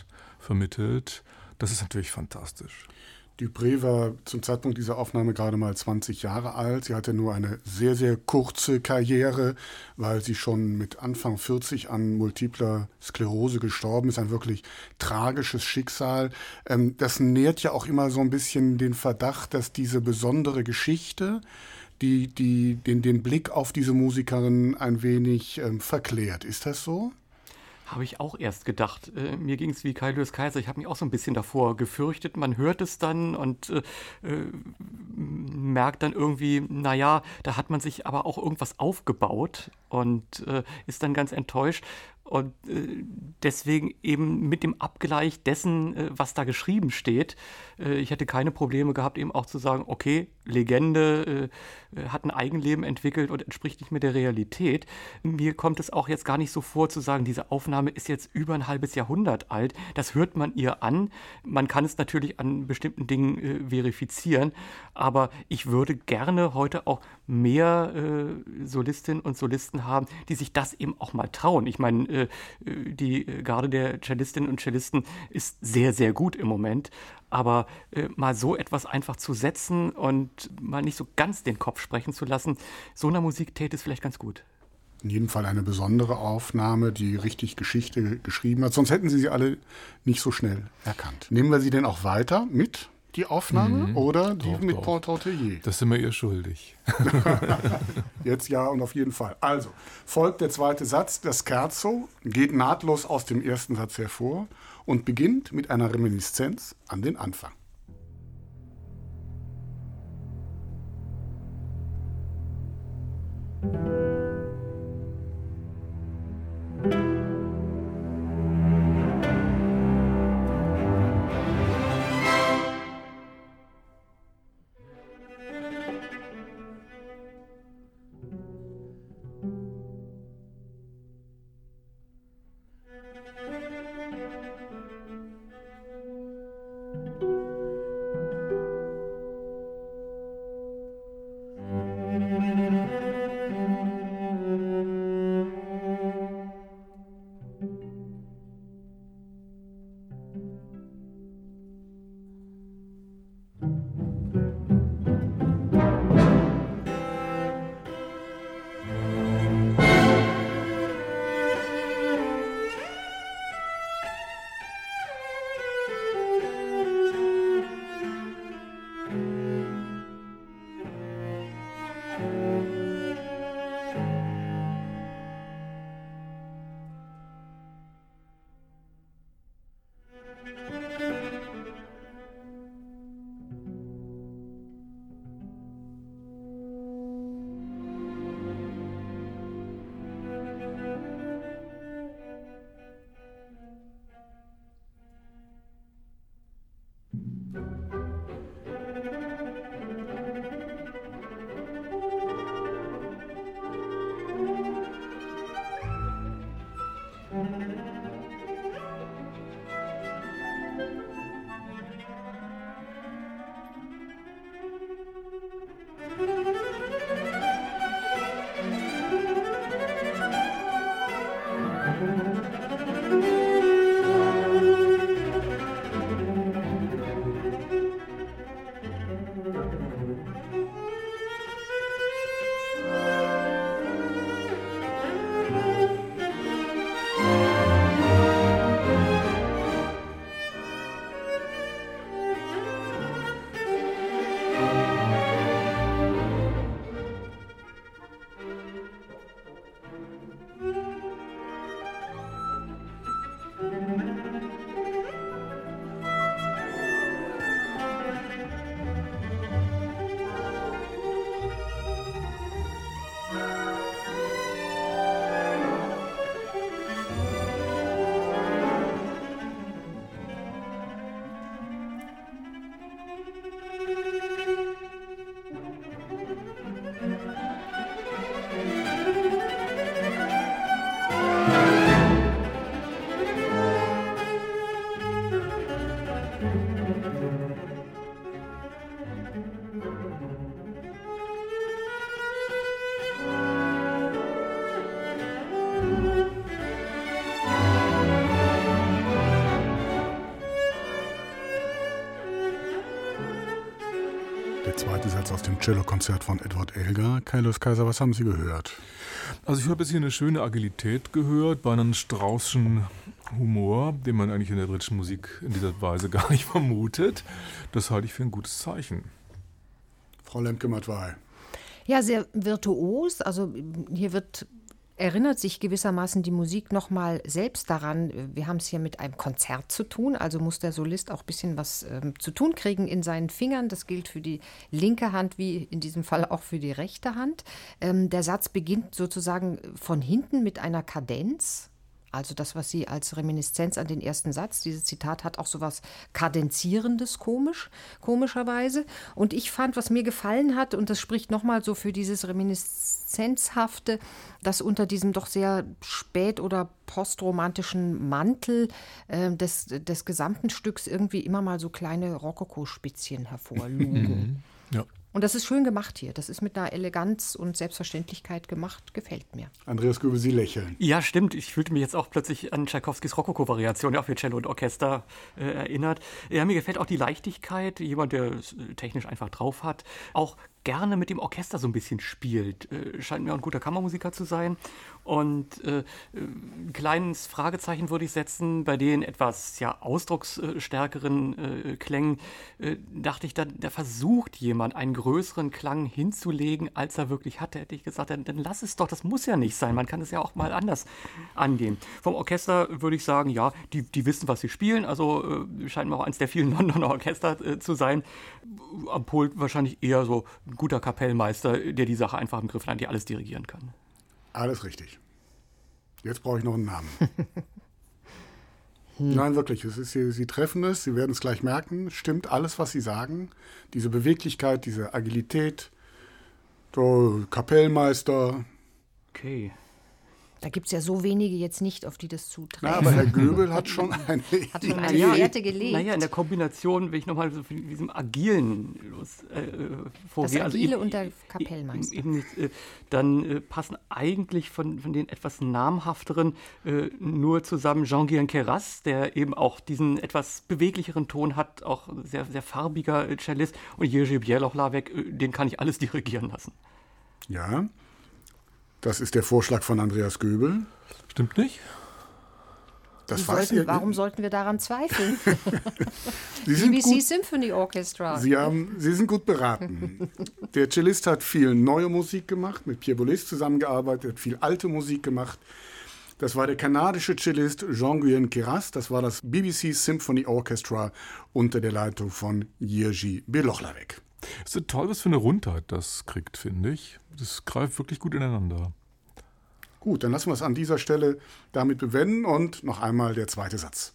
vermittelt. Das ist natürlich fantastisch. Dupré war zum Zeitpunkt dieser Aufnahme gerade mal zwanzig Jahre alt. Sie hatte nur eine sehr, sehr kurze Karriere, weil sie schon mit Anfang vierzig an multipler Sklerose gestorben ist. Ein wirklich tragisches Schicksal. Ähm, das nährt ja auch immer so ein bisschen den Verdacht, dass diese besondere Geschichte, die, die den, den Blick auf diese Musikerin ein wenig ähm, verklärt. Ist das so? Habe ich auch erst gedacht. Äh, mir ging es wie Kai Lewis Kaiser. Ich habe mich auch so ein bisschen davor gefürchtet. Man hört es dann und äh, äh, merkt dann irgendwie, naja, da hat man sich aber auch irgendwas aufgebaut und äh, ist dann ganz enttäuscht. Und äh, deswegen eben mit dem Abgleich dessen, äh, was da geschrieben steht, äh, ich hätte keine Probleme gehabt, eben auch zu sagen, okay, Legende äh, hat ein Eigenleben entwickelt und entspricht nicht mehr der Realität. Mir kommt es auch jetzt gar nicht so vor, zu sagen, diese Aufnahme ist jetzt über ein halbes Jahrhundert alt. Das hört man ihr an. Man kann es natürlich an bestimmten Dingen äh, verifizieren, aber ich würde gerne heute auch mehr äh, Solistinnen und Solisten haben, die sich das eben auch mal trauen. Ich meine, äh, die Garde der Cellistinnen und Cellisten ist sehr, sehr gut im Moment. Aber äh, mal so etwas einfach zu setzen und mal nicht so ganz den Kopf sprechen zu lassen, so einer Musik täte es vielleicht ganz gut. In jedem Fall eine besondere Aufnahme, die richtig Geschichte geschrieben hat. Sonst hätten Sie sie alle nicht so schnell erkannt. Nehmen wir sie denn auch weiter mit, die Aufnahme, mhm. oder die doch, mit doch. Paul Tortelier? Das sind wir ihr schuldig. Jetzt ja und auf jeden Fall. Also, folgt der zweite Satz. Das Scherzo geht nahtlos aus dem ersten Satz hervor und beginnt mit einer Reminiszenz an den Anfang. Zweite Satz aus dem Cellokonzert von Edward Elgar. Kai Löws Kaiser, was haben Sie gehört? Also ich habe jetzt hier eine schöne Agilität gehört, bei einem Straußschen Humor, den man eigentlich in der britischen Musik in dieser Weise gar nicht vermutet. Das halte ich für ein gutes Zeichen. Frau Lemke-Matwei. Ja, sehr virtuos. Also hier wird erinnert sich gewissermaßen die Musik nochmal selbst daran, wir haben es hier mit einem Konzert zu tun, also muss der Solist auch ein bisschen was ähm, zu tun kriegen in seinen Fingern. Das gilt für die linke Hand wie in diesem Fall auch für die rechte Hand. Ähm, der Satz beginnt sozusagen von hinten mit einer Kadenz. Also das, was sie als Reminiszenz an den ersten Satz, dieses Zitat hat auch so was Kadenzierendes, komisch, komischerweise. Und ich fand, was mir gefallen hat, und das spricht nochmal so für dieses Reminiszenzhafte, dass unter diesem doch sehr spät- oder postromantischen Mantel äh, des, des gesamten Stücks irgendwie immer mal so kleine Rokoko-Spitzchen hervorlugen. Ja. Und das ist schön gemacht hier. Das ist mit einer Eleganz und Selbstverständlichkeit gemacht. Gefällt mir. Andreas Göbel, Sie lächeln. Ja, stimmt. Ich fühlte mich jetzt auch plötzlich an Tschaikowskis Rokoko-Variation, ja auch für Cello und Orchester äh, erinnert. Ja, mir gefällt auch die Leichtigkeit. Jemand, der es technisch einfach drauf hat. Auch gerne mit dem Orchester so ein bisschen spielt. Äh, scheint mir auch ein guter Kammermusiker zu sein. Und äh, ein kleines Fragezeichen würde ich setzen, bei den etwas ja, ausdrucksstärkeren äh, Klängen, äh, dachte ich, da, da versucht jemand, einen größeren Klang hinzulegen, als er wirklich hatte. Hätte ich gesagt, dann, dann lass es doch, das muss ja nicht sein. Man kann es ja auch mal anders angehen. Vom Orchester würde ich sagen, ja, die, die wissen, was sie spielen. Also äh, scheint mir auch eins der vielen Londoner Orchester äh, zu sein. Am Pult wahrscheinlich eher so ein guter Kapellmeister, der die Sache einfach im Griff hat, die alles dirigieren kann. Alles richtig. Jetzt brauche ich noch einen Namen. hm. Nein, wirklich. Es ist, Sie, Sie treffen es, Sie werden es gleich merken. Stimmt alles, was Sie sagen. Diese Beweglichkeit, diese Agilität. So, Kapellmeister. Okay. Da gibt es ja so wenige jetzt nicht, auf die das zuträgt. Na, aber Herr Göbel hat schon eine hat schon eine ja, Werte gelegt. Naja, in der Kombination, wenn ich nochmal so von diesem Agilen los, äh, vorgehe. Das Agile also und der Kapellmeister. Eben, äh, dann äh, passen eigentlich von, von den etwas namhafteren äh, nur zusammen Jean-Guyen Queyras, der eben auch diesen etwas beweglicheren Ton hat, auch sehr, sehr farbiger äh, Cellist. Und Jerzy Bělohlavek, äh, den kann ich alles dirigieren lassen. Ja. Das ist der Vorschlag von Andreas Göbel. Stimmt nicht? Das sollten, weiß ihr, warum sollten wir daran zweifeln? Sie sind B B C gut, Symphony Orchestra. Sie, haben, Sie sind gut beraten. Der Cellist hat viel neue Musik gemacht, mit Pierre Boulez zusammengearbeitet, hat viel alte Musik gemacht. Das war der kanadische Cellist Jean-Guyen Queyras. Das war das B B C Symphony Orchestra unter der Leitung von Jerzy Bělohlavek. Es ist toll, was für eine Rundheit das kriegt, finde ich. Das greift wirklich gut ineinander. Gut, dann lassen wir es an dieser Stelle damit bewenden und noch einmal der zweite Satz.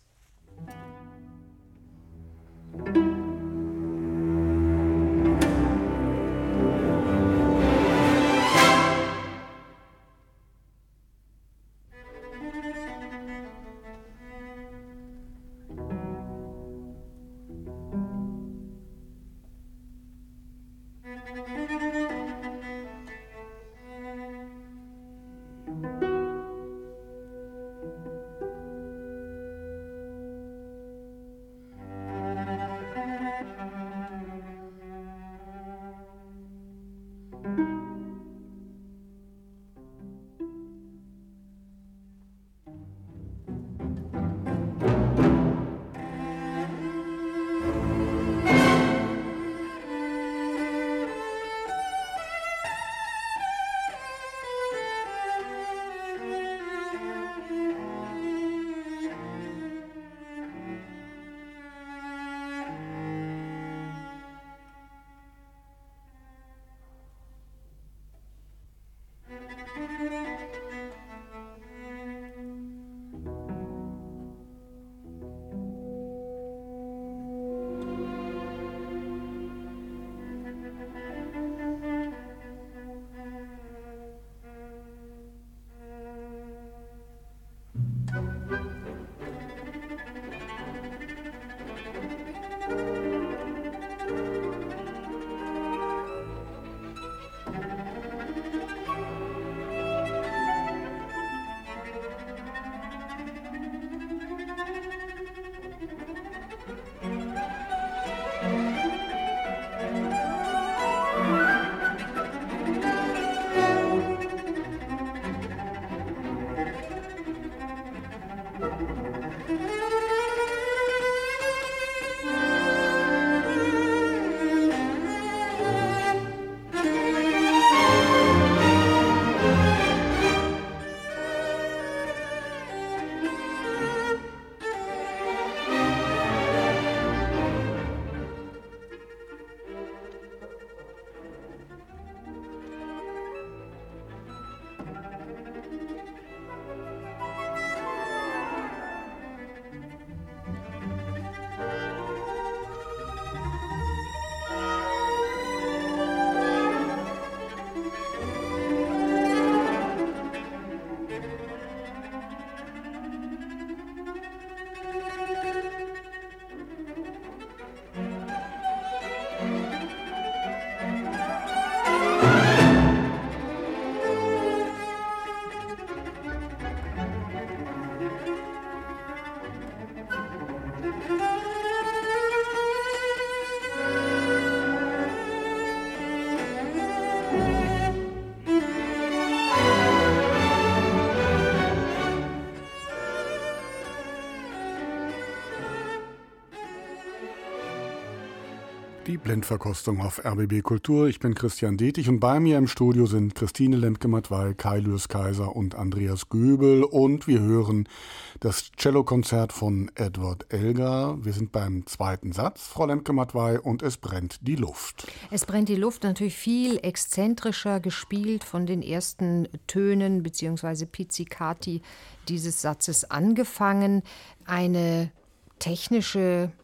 Die Blendverkostung auf R B B Kultur. Ich bin Christian Detig und bei mir im Studio sind Christine Lemke-Matwei, Kai Lürs-Kaiser und Andreas Göbel. Und wir hören das Cellokonzert von Edward Elgar. Wir sind beim zweiten Satz, Frau Lemke-Matwei, und es brennt die Luft. Es brennt die Luft, natürlich viel exzentrischer gespielt von den ersten Tönen bzw. Pizzicati dieses Satzes angefangen. Eine technische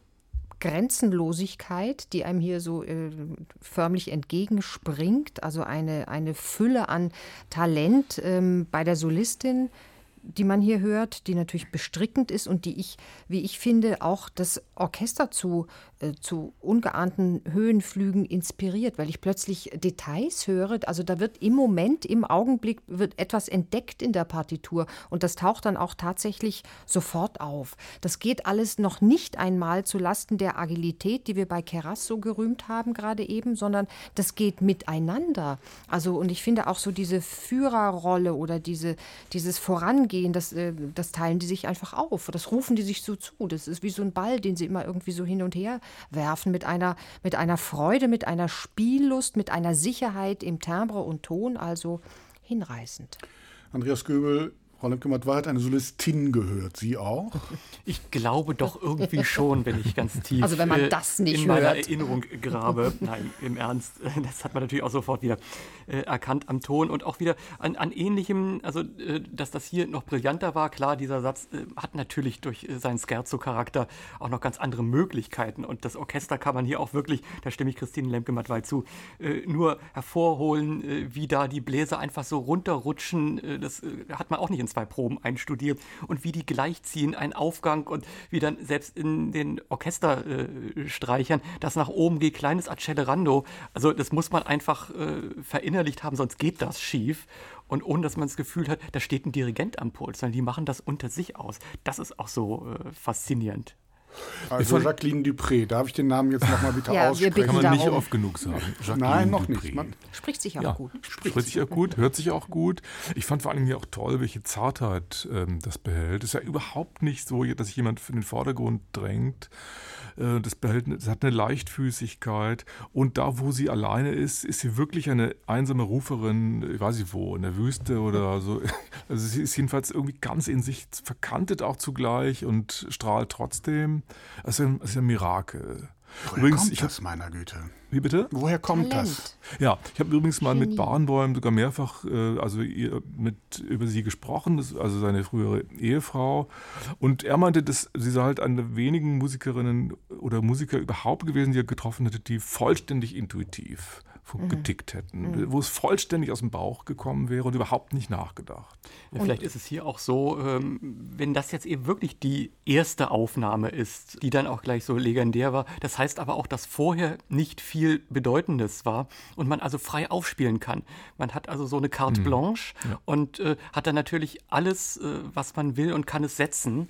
Grenzenlosigkeit, die einem hier so äh, förmlich entgegenspringt, also eine, eine Fülle an Talent ähm, bei der Solistin, die man hier hört, die natürlich bestrickend ist und die ich, wie ich finde, auch das Orchester zu, äh, zu ungeahnten Höhenflügen inspiriert, weil ich plötzlich Details höre. Also da wird im Moment, im Augenblick wird etwas entdeckt in der Partitur und das taucht dann auch tatsächlich sofort auf. Das geht alles noch nicht einmal zu Lasten der Agilität, die wir bei Keras so gerühmt haben gerade eben, sondern das geht miteinander. Also und ich finde auch so diese Führerrolle oder diese, dieses Vorangehen, Das, das teilen die sich einfach auf, das rufen die sich so zu. Das ist wie so ein Ball, den sie immer irgendwie so hin und her werfen, mit einer, mit einer Freude, mit einer Spiellust, mit einer Sicherheit im Timbre und Ton, also hinreißend. Andreas Göbel, Frau Lemke-Matwei hat eine Solistin gehört. Sie auch? Ich glaube doch irgendwie schon, wenn ich ganz tief also wenn man äh, das nicht in meiner hört. Erinnerung grabe. Nein, im Ernst. Das hat man natürlich auch sofort wieder äh, erkannt am Ton und auch wieder an, an Ähnlichem, also äh, dass das hier noch brillanter war. Klar, dieser Satz äh, hat natürlich durch äh, seinen Scherzo-Charakter auch noch ganz andere Möglichkeiten und das Orchester kann man hier auch wirklich, da stimme ich Christine Lemke-Matwei zu, äh, nur hervorholen, äh, wie da die Bläser einfach so runterrutschen. Äh, das äh, hat man auch nicht in zwei Proben einstudiert und wie die gleichziehen, ein Aufgang und wie dann selbst in den Orchesterstreichern äh, das nach oben geht, kleines Accelerando. Also das muss man einfach äh, verinnerlicht haben, sonst geht das schief. Und ohne, dass man das Gefühl hat, da steht ein Dirigent am Pult, sondern die machen das unter sich aus. Das ist auch so äh, faszinierend. Also Jacqueline Dupré, darf ich den Namen jetzt nochmal bitte Ja, wir aussprechen? bitten Kann man darum. nicht oft genug sagen. Jacqueline Nein, noch Dupré. nicht. Man Spricht sich auch Ja, gut. spricht sich auch gut, hört sich auch gut. Ich fand vor allem hier auch toll, welche Zartheit ähm, das behält. Es ist ja überhaupt nicht so, dass sich jemand in den Vordergrund drängt. Äh, das, behält, das hat eine Leichtfüßigkeit. Und da, wo sie alleine ist, ist sie wirklich eine einsame Ruferin, ich weiß nicht wo, in der Wüste oder so. Also sie ist jedenfalls irgendwie ganz in sich verkantet auch zugleich und strahlt trotzdem. Also das ist ein Mirakel. Woher Übrigens, kommt ich das, meiner Güte? Wie bitte? Woher kommt Talent. das? Ja, ich habe übrigens mal Genie. mit Barenboim sogar mehrfach äh, also ihr, mit, über sie gesprochen, das, also seine frühere Ehefrau. Und er meinte, dass sie sei halt eine der wenigen Musikerinnen oder Musiker überhaupt gewesen, die er getroffen hätte, die vollständig intuitiv getickt hätten, mhm. wo es vollständig aus dem Bauch gekommen wäre und überhaupt nicht nachgedacht. Ja, vielleicht ist es hier auch so, ähm, wenn das jetzt eben wirklich die erste Aufnahme ist, die dann auch gleich so legendär war, das heißt aber auch, dass vorher nicht viel Bedeutendes war und man also frei aufspielen kann. Man hat also so eine Carte blanche mhm. ja. und äh, hat dann natürlich alles, äh, was man will und kann es setzen.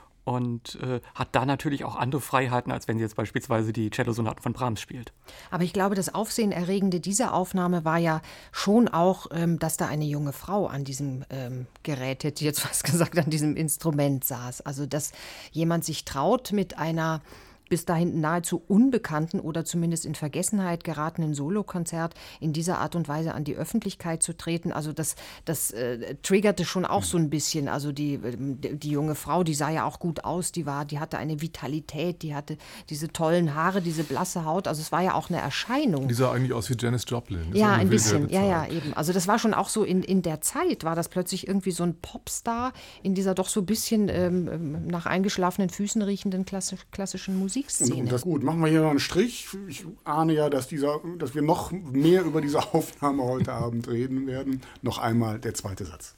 Und äh, hat da natürlich auch andere Freiheiten, als wenn sie jetzt beispielsweise die Cellosonaten von Brahms spielt. Aber ich glaube, das Aufsehenerregende dieser Aufnahme war ja schon auch, ähm, dass da eine junge Frau an diesem ähm, Gerät, hätte ich jetzt fast gesagt, an diesem Instrument saß. Also, dass jemand sich traut, mit einer bis dahin nahezu unbekannten oder zumindest in Vergessenheit geratenen Solokonzert in dieser Art und Weise an die Öffentlichkeit zu treten. Also das, das äh, triggerte schon auch so ein bisschen. Also die, die junge Frau, die sah ja auch gut aus, die war, die hatte eine Vitalität, die hatte diese tollen Haare, diese blasse Haut. Also es war ja auch eine Erscheinung. Die sah eigentlich aus wie Janis Joplin. Das ja, war ein bisschen. Ja, Zeit. ja, eben. Also das war schon auch so in, in der Zeit, war das plötzlich irgendwie so ein Popstar in dieser doch so ein bisschen ähm, nach eingeschlafenen Füßen riechenden klassisch, klassischen Musik. Und, und das gut, machen wir hier noch einen Strich. Ich ahne ja, dass, dieser, dass wir noch mehr über diese Aufnahme heute Abend reden werden. Noch einmal der zweite Satz.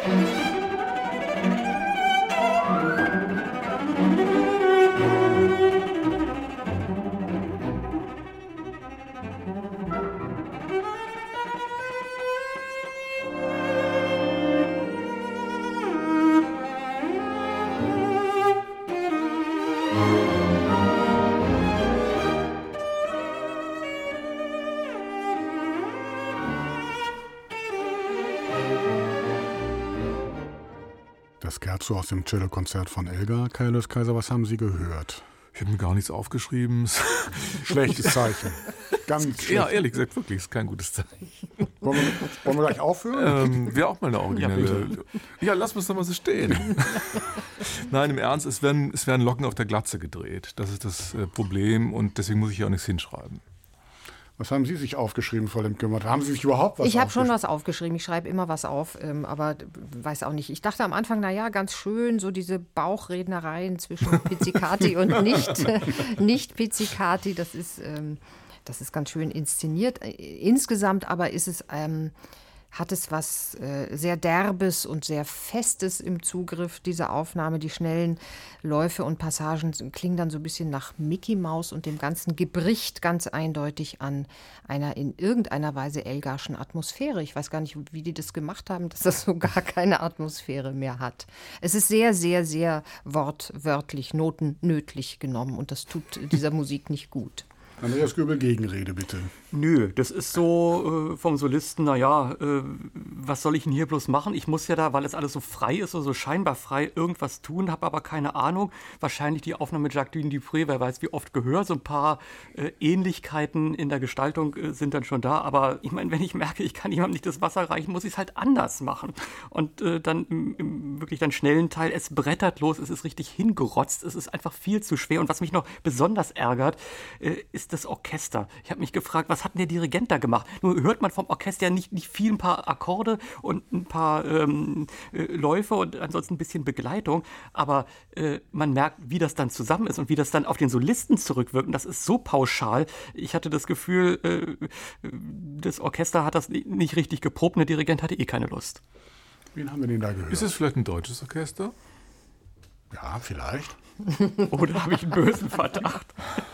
Das Scherzo aus dem Cellokonzert von Elgar. Kai Löss-Kaiser, was haben Sie gehört? Ich habe mir gar nichts aufgeschrieben. Schlechtes Zeichen. Ganz schlecht. Ja, ehrlich gesagt, wirklich, ist kein gutes Zeichen. Wollen wir, wollen wir gleich aufhören? Ähm, Wäre auch mal eine originelle. Ja, ja, lass uns doch mal so stehen. Nein, im Ernst, es werden, es werden Locken auf der Glatze gedreht. Das ist das äh, Problem und deswegen muss ich hier auch nichts hinschreiben. Was haben Sie sich aufgeschrieben, Frau Lemke? Haben Sie sich überhaupt was Ich habe aufgeschrieben? schon was aufgeschrieben. Ich schreibe immer was auf, ähm, aber weiß auch nicht. Ich dachte am Anfang, naja, ganz schön, so diese Bauchrednereien zwischen Pizzicati und nicht, nicht Pizzicati. Das ist, ähm, das ist ganz schön inszeniert. Insgesamt aber ist es, ähm, hat es was äh, sehr Derbes und sehr Festes im Zugriff, diese Aufnahme. Die schnellen Läufe und Passagen klingen dann so ein bisschen nach Mickey Maus und dem ganzen Gebricht ganz eindeutig an einer in irgendeiner Weise Elgarschen Atmosphäre. Ich weiß gar nicht, wie die das gemacht haben, dass das so gar keine Atmosphäre mehr hat. Es ist sehr, sehr, sehr wortwörtlich, notennötlich genommen und das tut dieser Musik nicht gut. Andreas Göbel, Gegenrede bitte. Nö, das ist so äh, vom Solisten, naja, äh, was soll ich denn hier bloß machen? Ich muss ja da, weil es alles so frei ist, so, so scheinbar frei, irgendwas tun, habe aber keine Ahnung. Wahrscheinlich die Aufnahme mit Jacqueline Dupré, wer weiß wie oft gehört. So ein paar äh, Ähnlichkeiten in der Gestaltung äh, sind dann schon da. Aber ich meine, wenn ich merke, ich kann jemandem nicht das Wasser reichen, muss ich es halt anders machen. Und äh, dann im, im wirklich dann schnellen Teil, es brettert los, es ist richtig hingerotzt, es ist einfach viel zu schwer. Und was mich noch besonders ärgert, äh, ist das Orchester. Ich habe mich gefragt, was hat denn der Dirigent da gemacht? Nur hört man vom Orchester nicht, nicht viel, ein paar Akkorde und ein paar ähm, äh, Läufe und ansonsten ein bisschen Begleitung, aber äh, man merkt, wie das dann zusammen ist und wie das dann auf den Solisten zurückwirkt. Und das ist so pauschal. Ich hatte das Gefühl, äh, das Orchester hat das nicht richtig geprobt, und der Dirigent hatte eh keine Lust. Wen haben wir denn da gehört? Ist es vielleicht ein deutsches Orchester? Ja, vielleicht. Oder habe ich einen bösen Verdacht?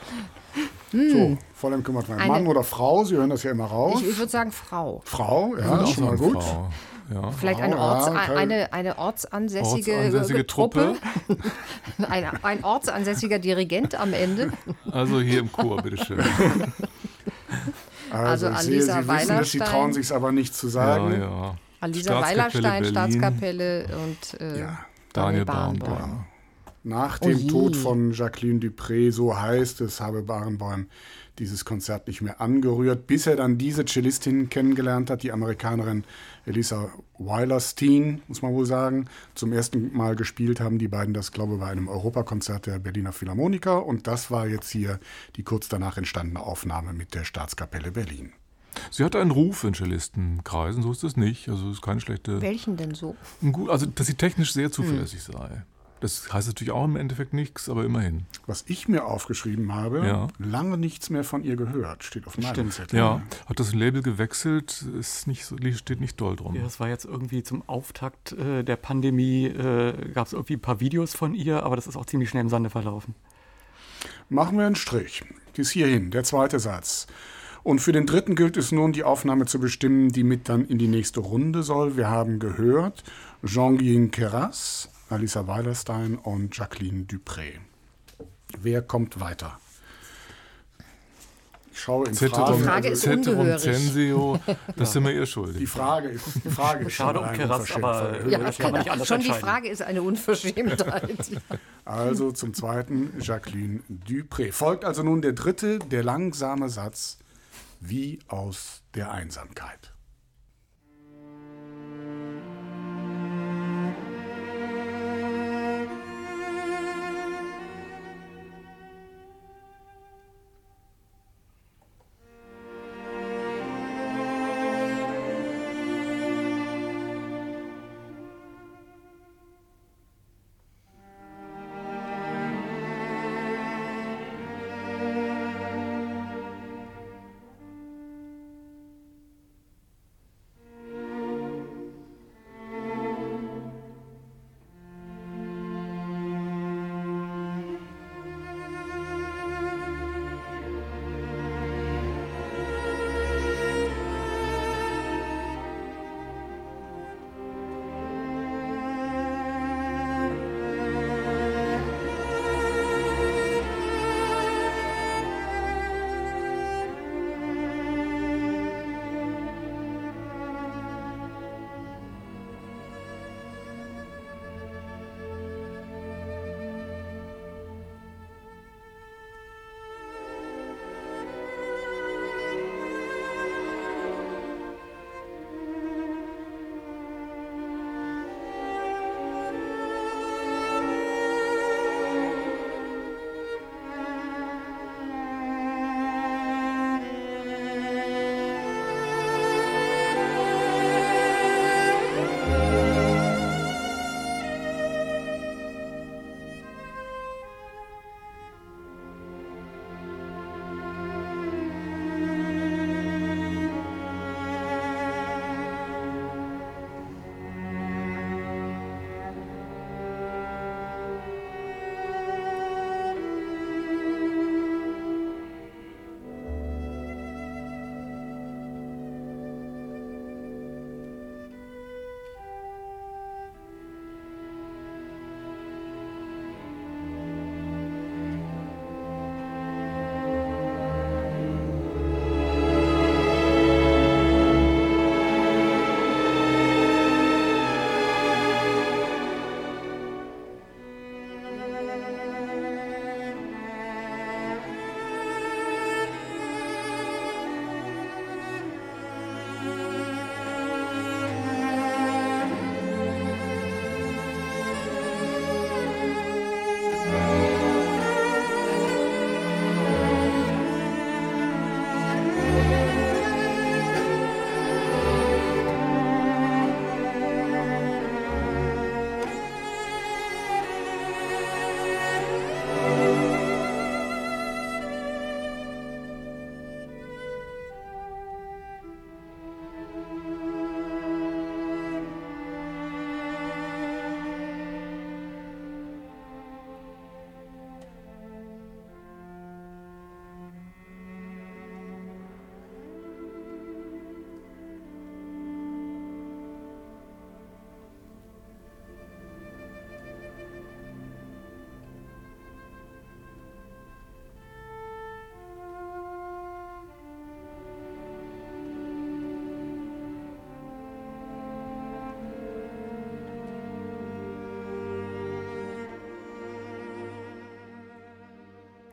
So, Frau Lemke, Mann Eine- oder Frau, Sie hören das ja immer raus. Ich, ich würde sagen Frau. Frau, ja, Auch ist schon mal sagen, gut. Frau. Ja. Vielleicht eine, Frau, Orts, ja, okay. eine, eine ortsansässige, Ortsansässige Truppe. ein, ein ortsansässiger Dirigent am Ende. Also hier im Chor, bitteschön. Also, Also ich sehe, Alisa Sie wissen es, Sie Weilerstein. trauen sich aber nicht zu sagen. Ja, ja. Alisa Staatskapelle Weilerstein, Berlin. Staatskapelle und äh, Ja, Daniel Barenboim. Barenboim. Nach Oh dem je. Tod von Jacqueline Dupré, so heißt es, habe Barenboim dieses Konzert nicht mehr angerührt, bis er dann diese Cellistin kennengelernt hat, die Amerikanerin Elisa Weilerstein, muss man wohl sagen. Zum ersten Mal gespielt haben die beiden das, glaube ich, bei einem Europakonzert der Berliner Philharmoniker. Und das war jetzt hier die kurz danach entstandene Aufnahme mit der Staatskapelle Berlin. Sie hat einen Ruf in Cellistenkreisen, so ist es nicht. Also es ist keine schlechte. Welchen denn so? Ein gut, also dass sie technisch sehr zuverlässig sei. Das heißt natürlich auch im Endeffekt nichts, aber immerhin. Was ich mir aufgeschrieben habe, Ja. lange nichts mehr von ihr gehört, steht auf meinem Stimmt. Zettel. Ja, hat das Label gewechselt, ist nicht so, steht nicht doll drum. Ja, das war jetzt irgendwie zum Auftakt äh, der Pandemie, äh, gab es irgendwie ein paar Videos von ihr, aber das ist auch ziemlich schnell im Sande verlaufen. Machen wir einen Strich. Bis hierhin, der zweite Satz. Und für den dritten gilt es nun, die Aufnahme zu bestimmen, die mit dann in die nächste Runde soll. Wir haben gehört Jean-Guyen Queyras, Alisa Weilerstein und Jacqueline Dupré. Wer kommt weiter? Ich schaue in Ceterum, Fragen. Die Frage ist also, Ceterum ungehörig. censeo, das sind wir ihr die schuldig. Frage ist, die Frage ist Schade schon um eine Keras, aber Unverschämtheit. ja, das kann man nicht anders Schon die entscheiden. Frage ist eine Unverschämtheit. Also zum zweiten Jacqueline Dupré. Folgt also nun der dritte, der langsame Satz, wie aus der Einsamkeit.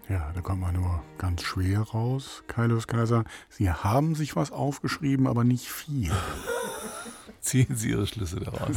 Ja, da kommt man nur ganz schwer raus, Kaius Kaiser. Sie haben sich was aufgeschrieben, aber nicht viel. Ziehen Sie Ihre Schlüsse daraus.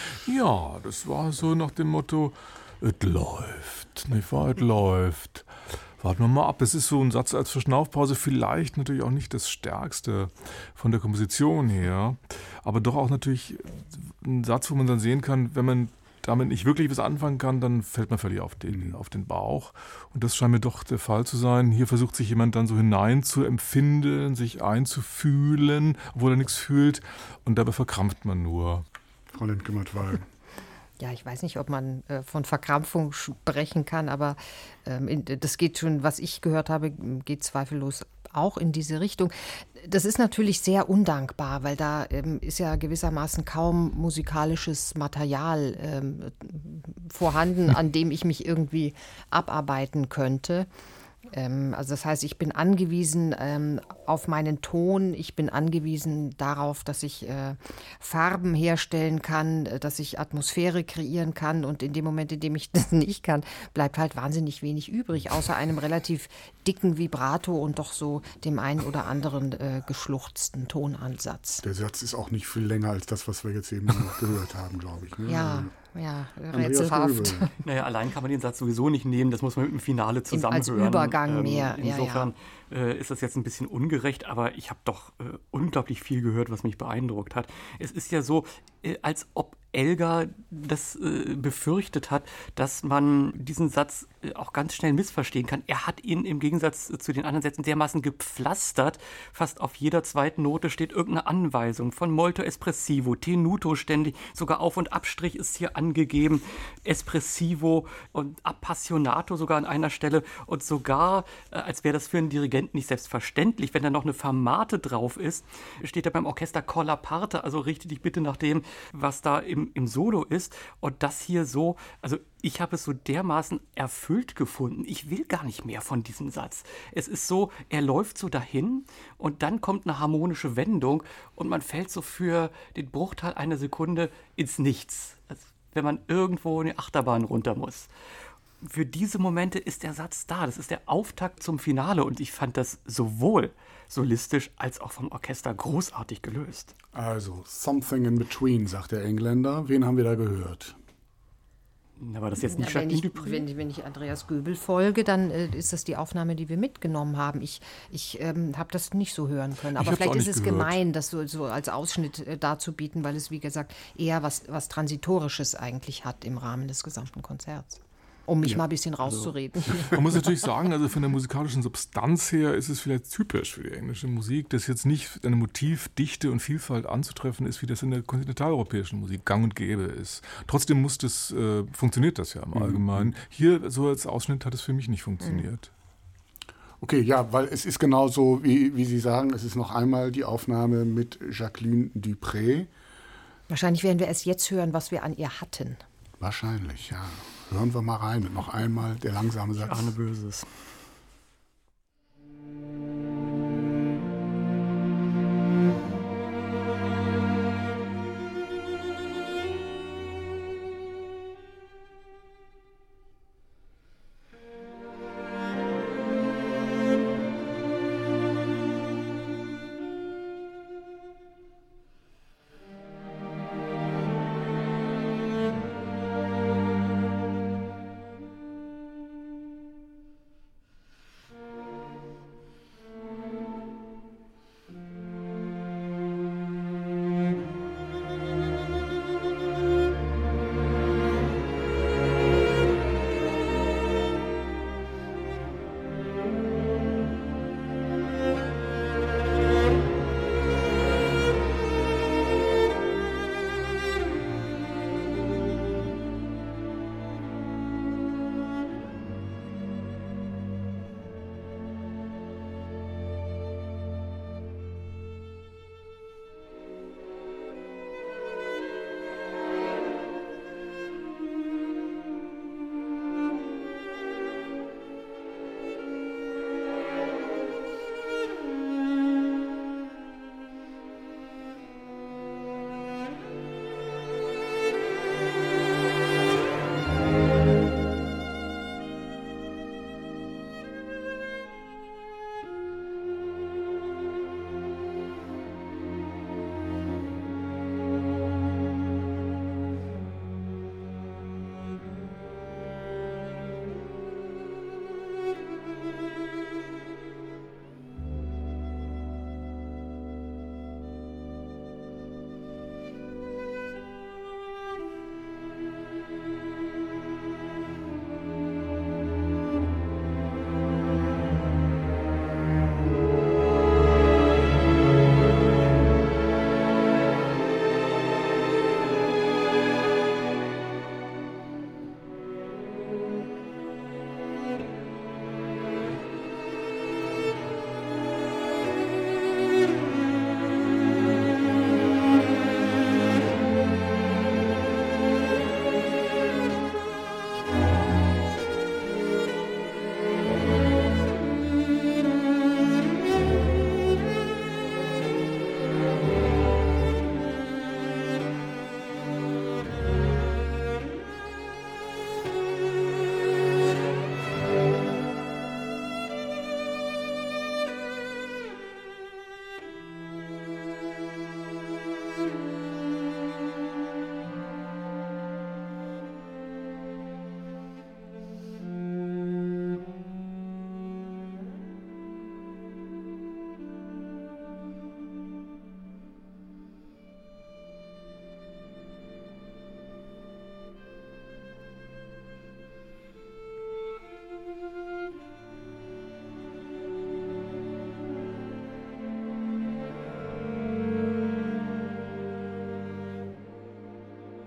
Ja, das war so nach dem Motto, es läuft, nicht wahr, es läuft. Warten wir mal ab, es ist so ein Satz als Verschnaufpause, vielleicht natürlich auch nicht das Stärkste von der Komposition her, aber doch auch natürlich ein Satz, wo man dann sehen kann, wenn man damit nicht wirklich was anfangen kann, dann fällt man völlig auf den, mhm. auf den Bauch. Und das scheint mir doch der Fall zu sein. Hier versucht sich jemand dann so hinein zu empfinden, sich einzufühlen, obwohl er nichts fühlt. Und dabei verkrampft man nur. Frau Lindgematt-Weil. Ja, ich weiß nicht, ob man äh, von Verkrampfung sprechen kann, aber ähm, in, das geht schon, was ich gehört habe, geht zweifellos auch in diese Richtung. Das ist natürlich sehr undankbar, weil da ähm, ist ja gewissermaßen kaum musikalisches Material ähm, vorhanden, an dem ich mich irgendwie abarbeiten könnte. Ähm, also das heißt, ich bin angewiesen ähm, auf meinen Ton, ich bin angewiesen darauf, dass ich äh, Farben herstellen kann, dass ich Atmosphäre kreieren kann, und in dem Moment, in dem ich das nicht kann, bleibt halt wahnsinnig wenig übrig, außer einem relativ dicken Vibrato und doch so dem einen oder anderen äh, geschluchzten Tonansatz. Der Satz ist auch nicht viel länger als das, was wir jetzt eben gehört haben, glaube ich. Ne? Ja. Ja, rätselhaft. Naja, allein kann man den Satz sowieso nicht nehmen, das muss man mit dem Finale zusammenhören. Als Übergang ähm, mehr. Insofern ja, ja. Äh, ist das jetzt ein bisschen ungerecht, aber ich habe doch äh, unglaublich viel gehört, was mich beeindruckt hat. Es ist ja so, äh, als ob Elgar das äh, befürchtet hat, dass man diesen Satz äh, auch ganz schnell missverstehen kann. Er hat ihn im Gegensatz äh, zu den anderen Sätzen dermaßen gepflastert. Fast auf jeder zweiten Note steht irgendeine Anweisung. Von molto espressivo, tenuto ständig, sogar Auf- und Abstrich ist hier angegeben. Espressivo und appassionato sogar an einer Stelle. Und sogar, äh, als wäre das für einen Dirigenten nicht selbstverständlich, wenn da noch eine Fermate drauf ist, steht da beim Orchester Colla parte, also richte dich bitte nach dem, was da im im Solo ist, und das hier so, also ich habe es so dermaßen erfüllt gefunden. Ich will gar nicht mehr von diesem Satz. Es ist so, er läuft so dahin und dann kommt eine harmonische Wendung und man fällt so für den Bruchteil einer Sekunde ins Nichts, als wenn man irgendwo in die Achterbahn runter muss. Für diese Momente ist der Satz da. Das ist der Auftakt zum Finale und ich fand das sowohl solistisch als auch vom Orchester großartig gelöst. Also, Something in Between, sagt der Engländer. Wen haben wir da gehört? Na, war das jetzt nicht ja, wenn, ich, Dupré? wenn, wenn ich Andreas Göbel folge, dann äh, ist das die Aufnahme, die wir mitgenommen haben. Ich, ich ähm, habe das nicht so hören können. Aber vielleicht ist es gehört. gemein, das so, so als Ausschnitt äh, darzubieten, weil es, wie gesagt, eher was, was Transitorisches eigentlich hat im Rahmen des gesamten Konzerts. Um mich ja. mal ein bisschen rauszureden. Also, man muss natürlich sagen, also von der musikalischen Substanz her ist es vielleicht typisch für die englische Musik, dass jetzt nicht eine Motivdichte und Vielfalt anzutreffen ist, wie das in der kontinentaleuropäischen Musik gang und gäbe ist. Trotzdem muss das, äh, funktioniert das ja im Allgemeinen. Mhm. Hier, so als Ausschnitt, hat es für mich nicht funktioniert. Okay, ja, weil es ist genauso, wie, wie Sie sagen, es ist noch einmal die Aufnahme mit Jacqueline Dupré. Wahrscheinlich werden wir erst jetzt hören, was wir an ihr hatten. Wahrscheinlich, ja. Hören wir mal rein. Noch einmal der langsame Satz. Ich ahne Böses.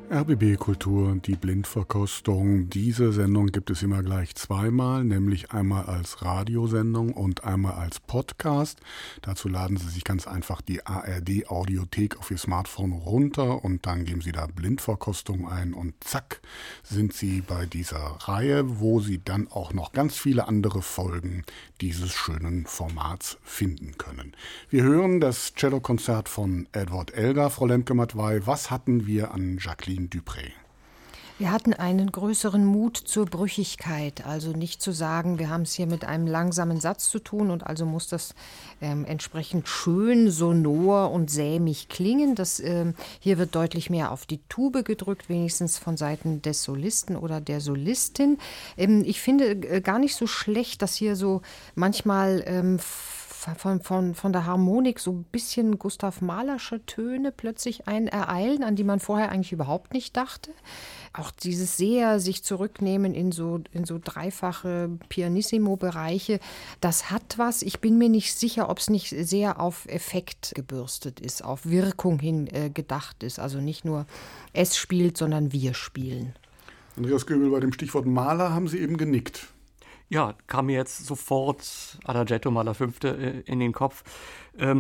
R B B Kultur, die Blindverkostung. Diese Sendung gibt es immer gleich zweimal, nämlich einmal als Radiosendung und einmal als Podcast. Dazu laden Sie sich ganz einfach die A R D Audiothek auf Ihr Smartphone runter und dann geben Sie da Blindverkostung ein und zack, sind Sie bei dieser Reihe, wo Sie dann auch noch ganz viele andere Folgen dieses schönen Formats finden können. Wir hören das Cellokonzert von Edward Elgar. Frau Lemke-Matwei, was hatten wir an Jacqueline Dupré? Wir hatten einen größeren Mut zur Brüchigkeit, also nicht zu sagen, wir haben es hier mit einem langsamen Satz zu tun und also muss das ähm, entsprechend schön, sonor und sämig klingen. Das, ähm, hier wird deutlich mehr auf die Tube gedrückt, wenigstens von Seiten des Solisten oder der Solistin. Ähm, ich finde äh, gar nicht so schlecht, dass hier so manchmal ähm, Von, von, von der Harmonik so ein bisschen Gustav Mahlersche Töne plötzlich einen ereilen, an die man vorher eigentlich überhaupt nicht dachte. Auch dieses sehr sich zurücknehmen in so, in so dreifache Pianissimo-Bereiche, das hat was. Ich bin mir nicht sicher, ob es nicht sehr auf Effekt gebürstet ist, auf Wirkung hin äh, gedacht ist. Also nicht nur es spielt, sondern wir spielen. Andreas Göbel, bei dem Stichwort Mahler haben Sie eben genickt. Ja, kam mir jetzt sofort Adagietto Mahler Fünfte äh, in den Kopf. Ähm,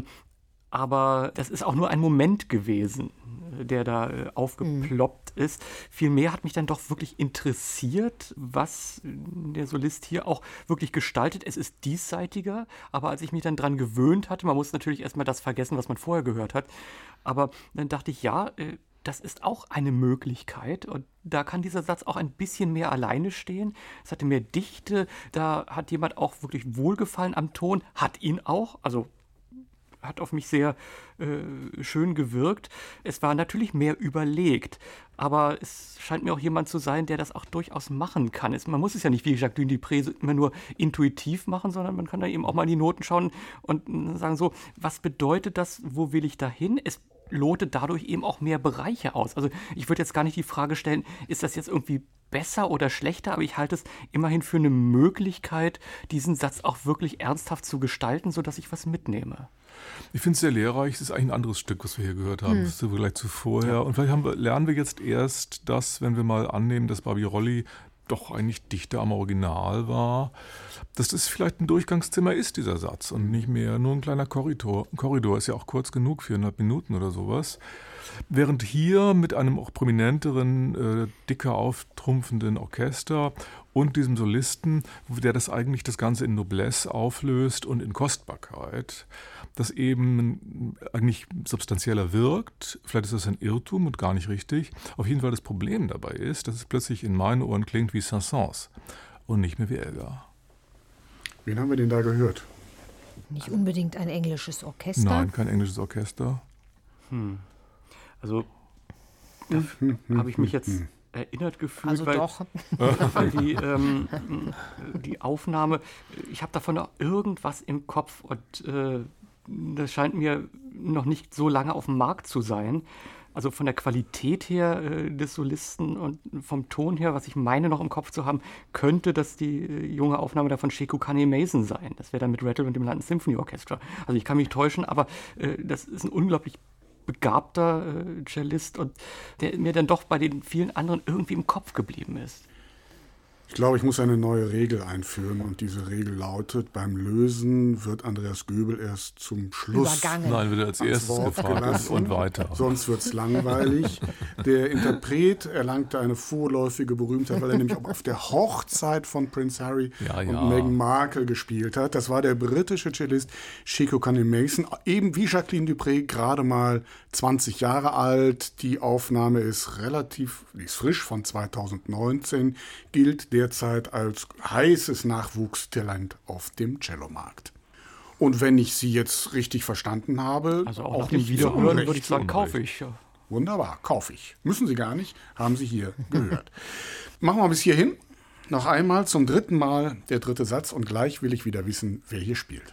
aber das ist auch nur ein Moment gewesen, der da äh, aufgeploppt mhm. ist. Vielmehr hat mich dann doch wirklich interessiert, was der Solist hier auch wirklich gestaltet. Es ist diesseitiger, aber als ich mich dann dran gewöhnt hatte, man muss natürlich erstmal das vergessen, was man vorher gehört hat, aber dann dachte ich, ja, äh, das ist auch eine Möglichkeit und da kann dieser Satz auch ein bisschen mehr alleine stehen. Es hatte mehr Dichte, da hat jemand auch wirklich Wohlgefallen am Ton, hat ihn auch, also hat auf mich sehr äh, schön gewirkt. Es war natürlich mehr überlegt, aber es scheint mir auch jemand zu sein, der das auch durchaus machen kann. Es, man muss es ja nicht wie Jacqueline Dupré immer nur intuitiv machen, sondern man kann da eben auch mal in die Noten schauen und sagen so, was bedeutet das, wo will ich da hin? Es lotet dadurch eben auch mehr Bereiche aus. Also ich würde jetzt gar nicht die Frage stellen, ist das jetzt irgendwie besser oder schlechter, aber ich halte es immerhin für eine Möglichkeit, diesen Satz auch wirklich ernsthaft zu gestalten, sodass ich was mitnehme. Ich finde es sehr lehrreich. Es ist eigentlich ein anderes Stück, was wir hier gehört haben, hm. im Vergleich zu vorher. Und vielleicht haben wir, lernen wir jetzt erst das, wenn wir mal annehmen, dass Barbirolli doch eigentlich dichter am Original war, dass das vielleicht ein Durchgangszimmer ist, dieser Satz, und nicht mehr nur ein kleiner Korridor. Ein Korridor ist ja auch kurz genug, viereinhalb Minuten oder sowas. Während hier mit einem auch prominenteren, äh, dicker auftrumpfenden Orchester und diesem Solisten, der das eigentlich das Ganze in Noblesse auflöst und in Kostbarkeit, das eben eigentlich substanzieller wirkt. Vielleicht ist das ein Irrtum und gar nicht richtig. Auf jeden Fall das Problem dabei ist, dass es plötzlich in meinen Ohren klingt wie Saint-Saëns und nicht mehr wie Elgar. Wen haben wir denn da gehört? Nicht unbedingt ein englisches Orchester. Nein, kein englisches Orchester. Hm. Also da hm, habe ich mich jetzt hm. erinnert gefühlt, also weil, doch. weil die, ähm, die Aufnahme, ich habe davon auch irgendwas im Kopf und äh, das scheint mir noch nicht so lange auf dem Markt zu sein. Also von der Qualität her äh, des Solisten und vom Ton her, was ich meine noch im Kopf zu haben, könnte das die äh, junge Aufnahme da von Sheku Kane Mason sein. Das wäre dann mit Rattle und dem London Symphony Orchestra. Also ich kann mich täuschen, aber äh, das ist ein unglaublich begabter äh, Cellist und der mir dann doch bei den vielen anderen irgendwie im Kopf geblieben ist. Ich glaube, ich muss eine neue Regel einführen und diese Regel lautet, beim Lösen wird Andreas Göbel erst zum Schluss Übergangen. Nein, wird er als erstes gefragt und weiter. Sonst wird es langweilig. Der Interpret erlangte eine vorläufige Berühmtheit, weil er nämlich auch auf der Hochzeit von Prince Harry ja, ja. und Meghan Markle gespielt hat. Das war der britische Cellist Sheku Kane Mason, eben wie Jacqueline Dupré, gerade mal zwanzig Jahre alt. Die Aufnahme ist relativ, die ist frisch von zweitausendneunzehn, gilt derzeit als heißes Nachwuchstalent auf dem Cellomarkt. Und wenn ich Sie jetzt richtig verstanden habe, also auch, auch nach dem nicht Wiederhören so würde ich sagen, kaufe ich. Ja. Wunderbar, kaufe ich. Müssen Sie gar nicht, haben Sie hier gehört. Machen wir bis hierhin. Noch einmal zum dritten Mal der dritte Satz und gleich will ich wieder wissen, wer hier spielt.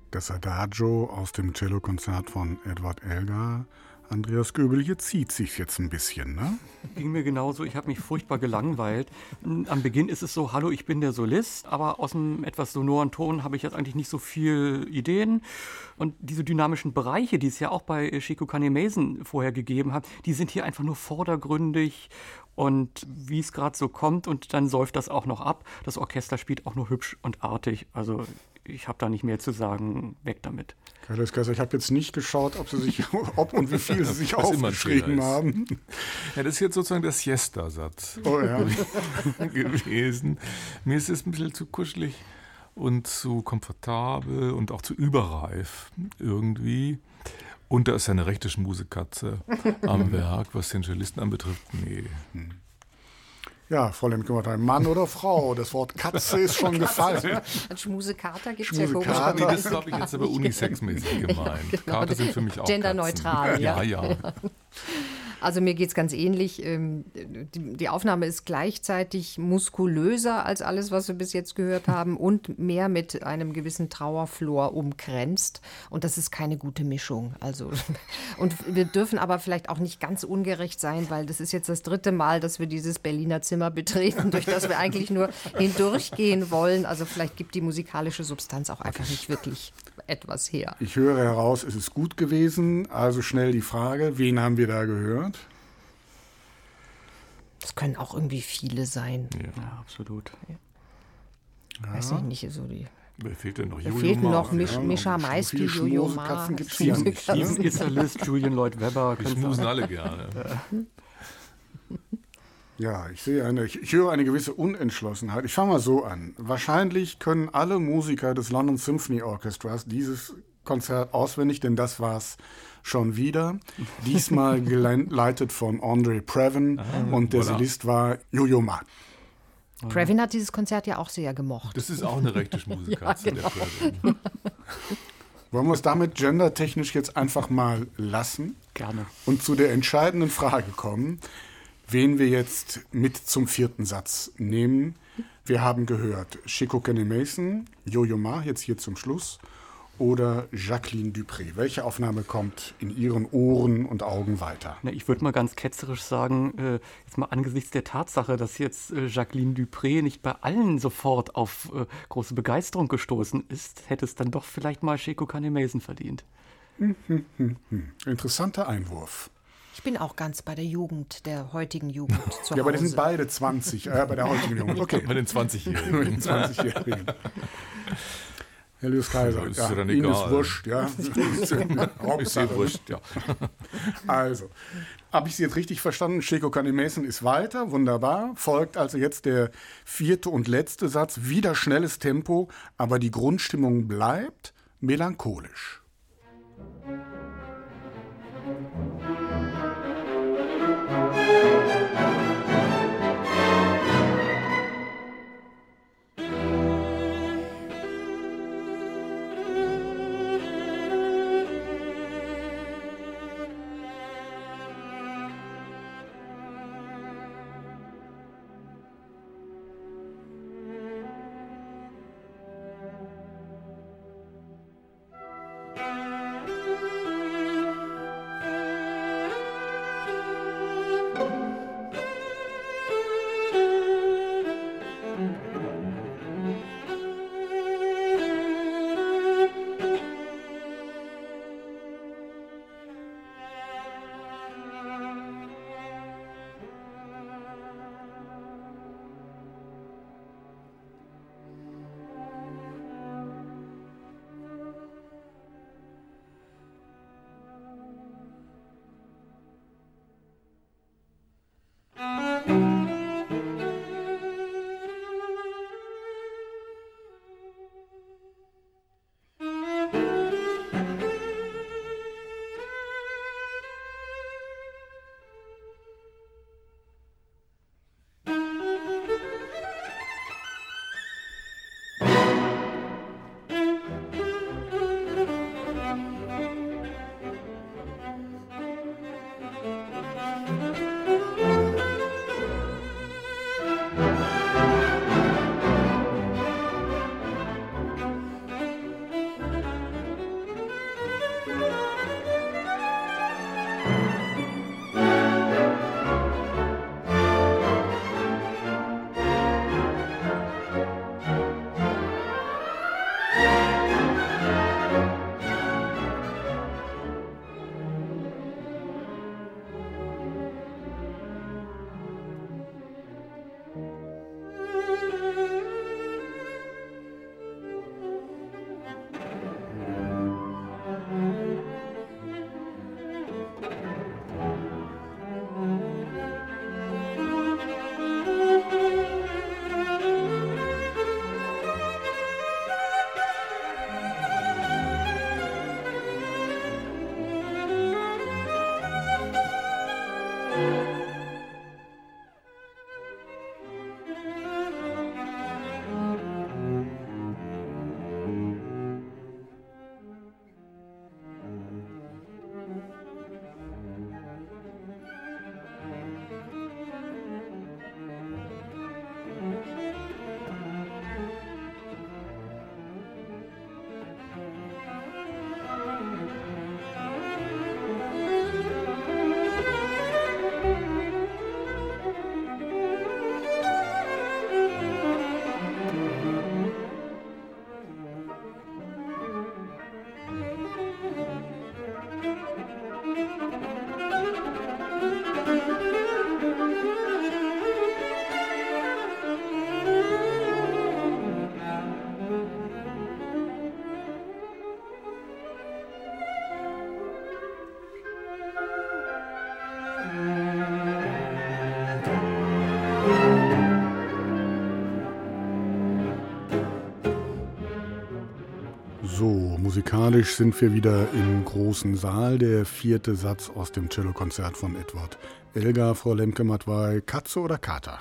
Das Adagio aus dem Cellokonzert von Edward Elgar. Andreas Göbel, hier zieht sich jetzt ein bisschen, ne? Ging mir genauso, ich habe mich furchtbar gelangweilt. Am Beginn ist es so, hallo, ich bin der Solist, aber aus einem etwas sonoren Ton habe ich jetzt eigentlich nicht so viel Ideen. Und diese dynamischen Bereiche, die es ja auch bei Chico Kanemason vorher gegeben hat, die sind hier einfach nur vordergründig und wie es gerade so kommt und dann säuft das auch noch ab. Das Orchester spielt auch nur hübsch und artig, also ich habe da nicht mehr zu sagen, weg damit. Carlos Kaiser, ich habe jetzt nicht geschaut, ob, sie sich, ob und wie viel Sie sich aufgeschrieben haben. Ja, das ist jetzt sozusagen der Siesta-Satz oh, ja. gewesen. Mir ist es ein bisschen zu kuschelig und zu komfortabel und auch zu überreif irgendwie. Und da ist ja eine rechte Schmusekatze am Werk, was den Cellisten anbetrifft. Nee. Hm. Ja, Fräulein Kümmertei, Mann oder Frau? Das Wort Katze ist schon gefallen. Ein Schmusekater gibt es ja komisch. Nee, das habe ich jetzt aber unisexmäßig gemeint. Ja, genau. Kater sind für mich auch genderneutral, ja. Ja, ja. Also mir geht es ganz ähnlich. Die Aufnahme ist gleichzeitig muskulöser als alles, was wir bis jetzt gehört haben und mehr mit einem gewissen Trauerflor umkränzt. Und das ist keine gute Mischung. Also, und wir dürfen aber vielleicht auch nicht ganz ungerecht sein, weil das ist jetzt das dritte Mal, dass wir dieses Berliner Zimmer betreten, durch das wir eigentlich nur hindurchgehen wollen. Also vielleicht gibt die musikalische Substanz auch einfach nicht wirklich etwas her. Ich höre heraus, es ist gut gewesen. Also schnell die Frage, wen haben wir da gehört? Das können auch irgendwie viele sein. Ja, ja absolut. Ja. Ja. Weiß ich nicht, so die. Wer fehlt denn noch? Wer fehlt noch? Misch, ja, Mischa Meiski, Jojo Ma. Katzen gibt es hier nicht. Steven Isserlist, Julian Lloyd Webber. Wir schmusen alle gerne. Ja, ich sehe eine, ich, ich höre eine gewisse Unentschlossenheit. Ich fange mal so an. Wahrscheinlich können alle Musiker des London Symphony Orchestras dieses Konzert auswendig, denn das war's schon wieder. Diesmal geleitet von Andre Previn ah, und der voilà. Solist war Jojo Ma. Previn hat dieses Konzert ja auch sehr gemocht. Das ist auch eine rechte Schmusekatze, ja, genau. Der Previn. Wollen wir es damit gendertechnisch jetzt einfach mal lassen? Gerne. Und zu der entscheidenden Frage kommen, wen wir jetzt mit zum vierten Satz nehmen. Wir haben gehört Chico Kanemason, Jojo Ma, jetzt hier zum Schluss, oder Jacqueline Dupré. Welche Aufnahme kommt in Ihren Ohren und Augen weiter? Na, ich würde mal ganz ketzerisch sagen, äh, jetzt mal angesichts der Tatsache, dass jetzt äh, Jacqueline Dupré nicht bei allen sofort auf äh, große Begeisterung gestoßen ist, hätte es dann doch vielleicht mal Chico Kanemason verdient. Hm, hm, hm, hm. Interessanter Einwurf. Ich bin auch ganz bei der Jugend, der heutigen Jugend zu Hause. Ja, aber die sind beide zwanzig, äh, bei der heutigen Jugend. Okay. Bei den zwanzigjährigen. Bei den zwanzigjährigen. Herr Julius Kaiser, ist ja, ja Ihnen ist wurscht. Ja. Ist sehr wurscht, ja. Also, habe ich Sie jetzt richtig verstanden? Chico Kanemason ist weiter, wunderbar. Folgt also jetzt der vierte und letzte Satz. Wieder schnelles Tempo, aber die Grundstimmung bleibt melancholisch. Musikalisch sind wir wieder im großen Saal. Der vierte Satz aus dem Cellokonzert von Edward Elgar. Frau Lemke-Matwei, Katze oder Kater?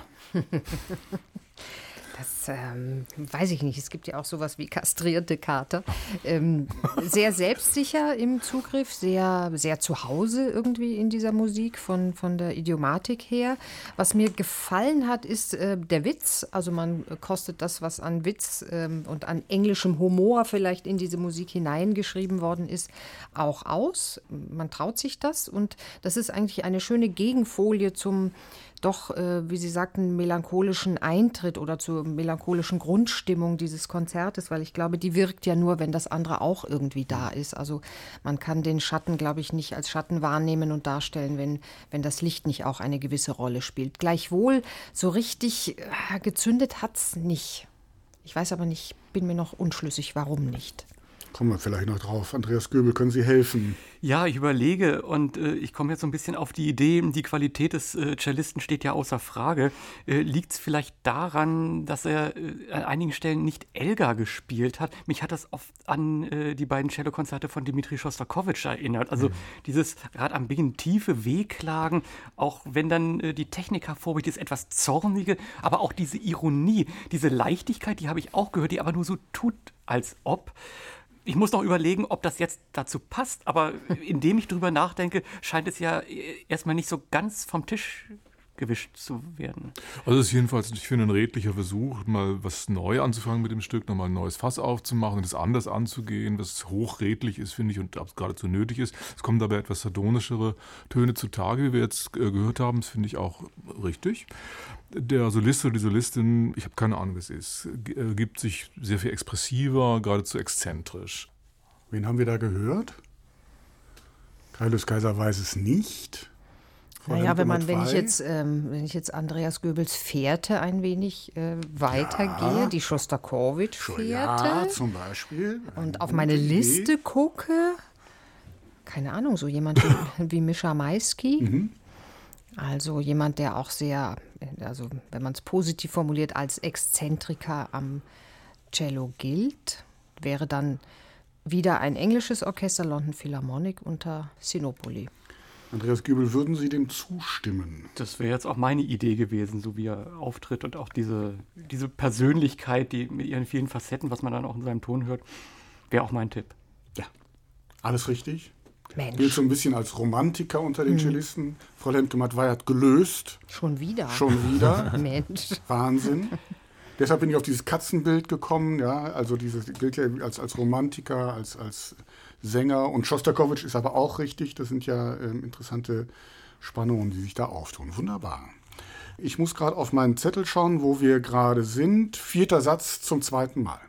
Das ähm, weiß ich nicht. Es gibt ja auch sowas wie kastrierte Kater. Ähm, sehr selbstsicher im Zugriff, sehr, sehr zu Hause irgendwie in dieser Musik von, von der Idiomatik her. Was mir gefallen hat, ist äh, der Witz. Also man kostet das, was an Witz ähm, und an englischem Humor vielleicht in diese Musik hineingeschrieben worden ist, auch aus. Man traut sich das und das ist eigentlich eine schöne Gegenfolie zum doch, äh, wie Sie sagten, melancholischen Eintritt oder zur melancholischen Grundstimmung dieses Konzertes, weil ich glaube, die wirkt ja nur, wenn das andere auch irgendwie da ist. Also man kann den Schatten, glaube ich, nicht als Schatten wahrnehmen und darstellen, wenn, wenn das Licht nicht auch eine gewisse Rolle spielt. Gleichwohl, so richtig äh, gezündet hat's nicht. Ich weiß aber nicht, bin mir noch unschlüssig, warum nicht. Kommen wir vielleicht noch drauf. Andreas Göbel, können Sie helfen? Ja, ich überlege und äh, ich komme jetzt so ein bisschen auf die Idee, die Qualität des äh, Cellisten steht ja außer Frage. Äh, Liegt es vielleicht daran, dass er äh, an einigen Stellen nicht Elgar gespielt hat? Mich hat das oft an äh, die beiden Cellokonzerte von Dmitri Schostakowitsch erinnert. Also mhm. dieses gerade am Beginn tiefe Wehklagen, auch wenn dann äh, die Technik hervorbricht, ist etwas Zornige, aber auch diese Ironie, diese Leichtigkeit, die habe ich auch gehört, die aber nur so tut, als ob. Ich muss noch überlegen, ob das jetzt dazu passt, aber indem ich drüber nachdenke, scheint es ja erstmal nicht so ganz vom Tisch gewischt zu werden. Also es ist jedenfalls, ich finde, ein redlicher Versuch, mal was neu anzufangen mit dem Stück, nochmal ein neues Fass aufzumachen und es anders anzugehen, was hochredlich ist, finde ich, und geradezu nötig ist. Es kommen dabei etwas sardonischere Töne zutage, wie wir jetzt äh, gehört haben. Das finde ich auch richtig. Der Solist oder die Solistin, ich habe keine Ahnung, was es ist, g- gibt sich sehr viel expressiver, geradezu exzentrisch. Wen haben wir da gehört? Kaius Kaiser weiß es nicht. Frau Naja, wenn man, wenn ich Lemke-Matwei? jetzt, ähm, wenn ich jetzt Andreas Göbels Fährte ein wenig äh, weitergehe, Ja. die Schostakowitsch-Fährte, Ja, zum Beispiel. und auf Eine meine gute Idee. Liste gucke, keine Ahnung, so jemand wie, wie Mischa Maisky, Mhm. also jemand, der auch sehr, also wenn man es positiv formuliert, als Exzentriker am Cello gilt, wäre dann wieder ein englisches Orchester, London Philharmonic unter Sinopoli. Andreas Göbel, würden Sie dem zustimmen? Das wäre jetzt auch meine Idee gewesen, so wie er auftritt und auch diese, diese Persönlichkeit, die mit ihren vielen Facetten, was man dann auch in seinem Ton hört, wäre auch mein Tipp. Ja, alles richtig. Mensch. Gilt so ein bisschen als Romantiker unter den Cellisten. Frau Lemke-Matwei hat gelöst. Schon wieder. Schon wieder. Mensch. Wahnsinn. Deshalb bin ich auf dieses Katzenbild gekommen. Ja, also dieses gilt ja als, als Romantiker, als, als Sänger. Und Schostakowitsch ist aber auch richtig. Das sind ja ähm, interessante Spannungen, die sich da auftun. Wunderbar. Ich muss gerade auf meinen Zettel schauen, wo wir gerade sind. Vierter Satz zum zweiten Mal.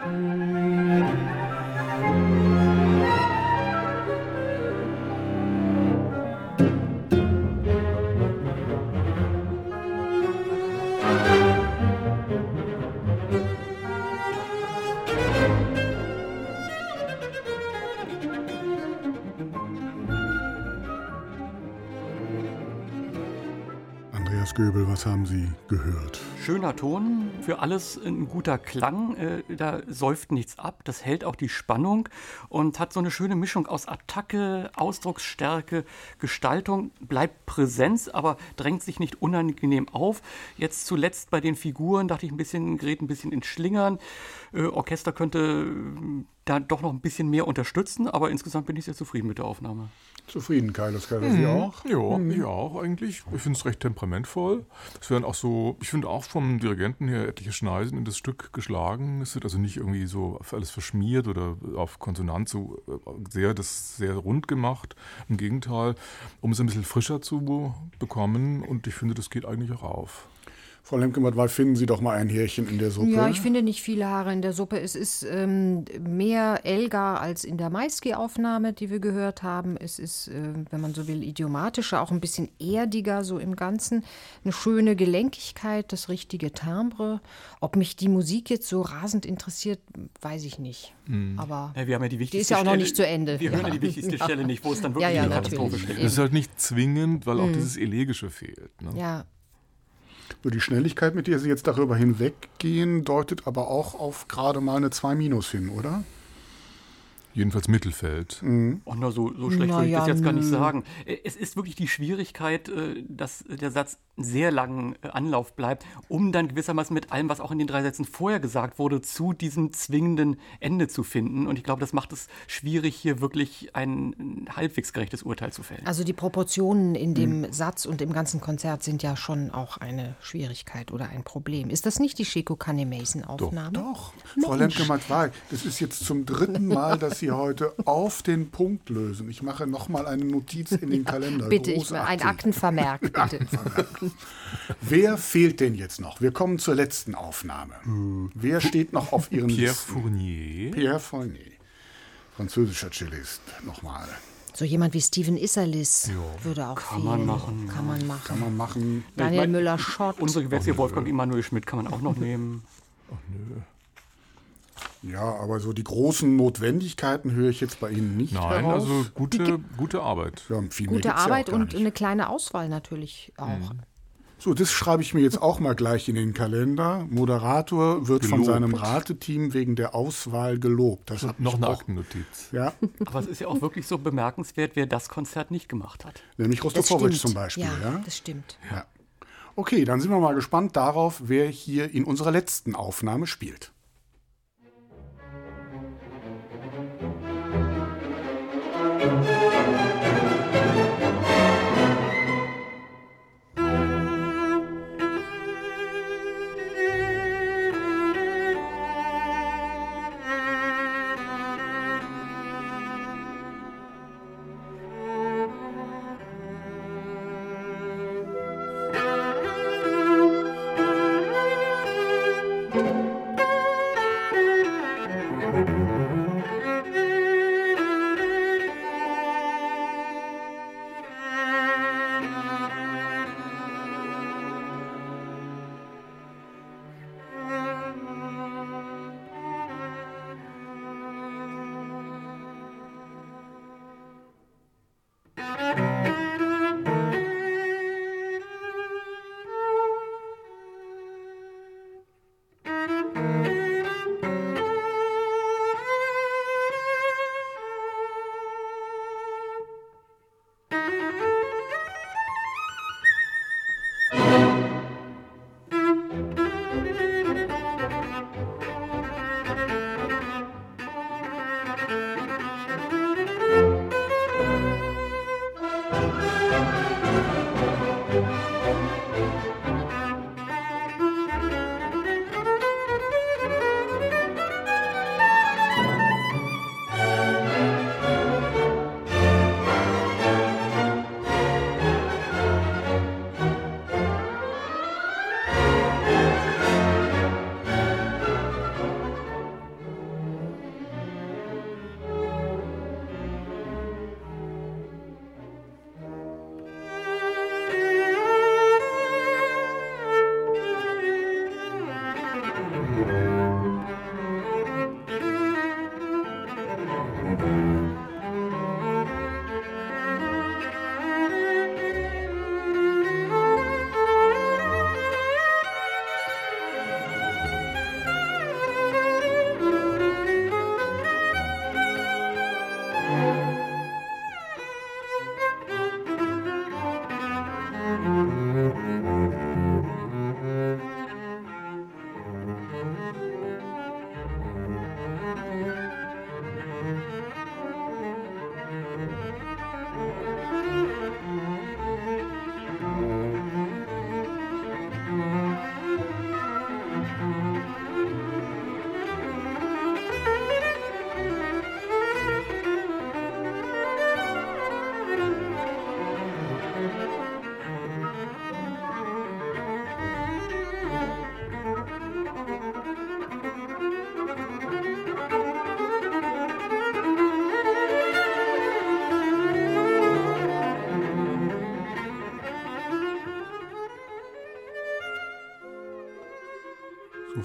Göbel, was haben Sie gehört? Schöner Ton, für alles ein guter Klang, äh, da säuft nichts ab, das hält auch die Spannung und hat so eine schöne Mischung aus Attacke, Ausdrucksstärke, Gestaltung, bleibt Präsenz, aber drängt sich nicht unangenehm auf. Jetzt zuletzt bei den Figuren dachte ich ein bisschen, gerät ein bisschen ins Schlingern. Äh, Orchester könnte äh, da doch noch ein bisschen mehr unterstützen, aber insgesamt bin ich sehr zufrieden mit der Aufnahme. Zufrieden, Kaius Keller, Sie auch? Ja, mhm. ich auch eigentlich. Ich finde es recht temperamentvoll. Es werden auch so, ich finde auch vom Dirigenten her etliche Schneisen in das Stück geschlagen. Es wird also nicht irgendwie so alles verschmiert oder auf Konsonanz so sehr, das sehr rund gemacht. Im Gegenteil, um es ein bisschen frischer zu bekommen, und ich finde, das geht eigentlich auch auf. Frau Lemke-Mattwey, finden Sie doch mal ein Härchen in der Suppe. Ja, ich finde nicht viele Haare in der Suppe. Es ist ähm, mehr Elgar als in der Maisky-Aufnahme, die wir gehört haben. Es ist, äh, wenn man so will, idiomatischer, auch ein bisschen erdiger so im Ganzen. Eine schöne Gelenkigkeit, das richtige Timbre. Ob mich die Musik jetzt so rasend interessiert, weiß ich nicht. Mhm. Aber ja, wir haben ja die, die ist ja auch noch Stelle, nicht zu Ende. Wir ja. hören ja die wichtigste Stelle nicht, wo es dann wirklich ja, ja, eine Katastrophe steht. Es ist halt nicht zwingend, weil auch mhm. dieses Elegische fehlt. Ne? Ja. So, die Schnelligkeit, mit der Sie jetzt darüber hinweggehen, deutet aber auch auf gerade mal eine zwei Minus hin, oder? Jedenfalls Mittelfeld. Mhm. Oh, na, so, so schlecht na würde ich ja, das jetzt gar nicht nö. sagen. Es ist wirklich die Schwierigkeit, dass der Satz einen sehr langen Anlauf bleibt, um dann gewissermaßen mit allem, was auch in den drei Sätzen vorher gesagt wurde, zu diesem zwingenden Ende zu finden. Und ich glaube, das macht es schwierig, hier wirklich ein halbwegs gerechtes Urteil zu fällen. Also die Proportionen in dem mhm. Satz und im ganzen Konzert sind ja schon auch eine Schwierigkeit oder ein Problem. Ist das nicht die Sheko Kanemason-Aufnahme? Doch, doch. Frau Lemke-Mattwey, das ist jetzt zum dritten Mal, dass Sie heute auf den Punkt lösen. Ich mache nochmal eine Notiz in den Kalender. Bitte, ich, ein Aktenvermerk, bitte. Aktenvermerk. Wer fehlt denn jetzt noch? Wir kommen zur letzten Aufnahme. Hm. Wer steht noch auf Ihren Pierre Listen? Fournier. Pierre Fournier, französischer Cellist, nochmal. So jemand wie Steven Isserlis ja. würde auch kann fehlen. Man machen, kann man machen. Kann man machen. Daniel ich mein, Müller-Schott. Unsere Gewächse Wolfgang Emanuel Schmidt kann man auch noch nehmen. Ach nö. Ja, aber so die großen Notwendigkeiten höre ich jetzt bei Ihnen nicht Nein, heraus. also gute, gute Arbeit. Ja, viel Gute Arbeit ja auch und nicht. eine kleine Auswahl natürlich auch. Mhm. So, das schreibe ich mir jetzt auch mal gleich in den Kalender. Moderator wird Gelobt. von seinem Rateteam wegen der Auswahl gelobt. Das hat Noch mich eine auch, Aktennotiz. ja, Aber es ist ja auch wirklich so bemerkenswert, wer das Konzert nicht gemacht hat. nämlich Das Rostropowitsch stimmt. zum Beispiel. Ja, Ja? das stimmt. Ja. Okay, dann sind wir mal gespannt darauf, wer hier in unserer letzten Aufnahme spielt.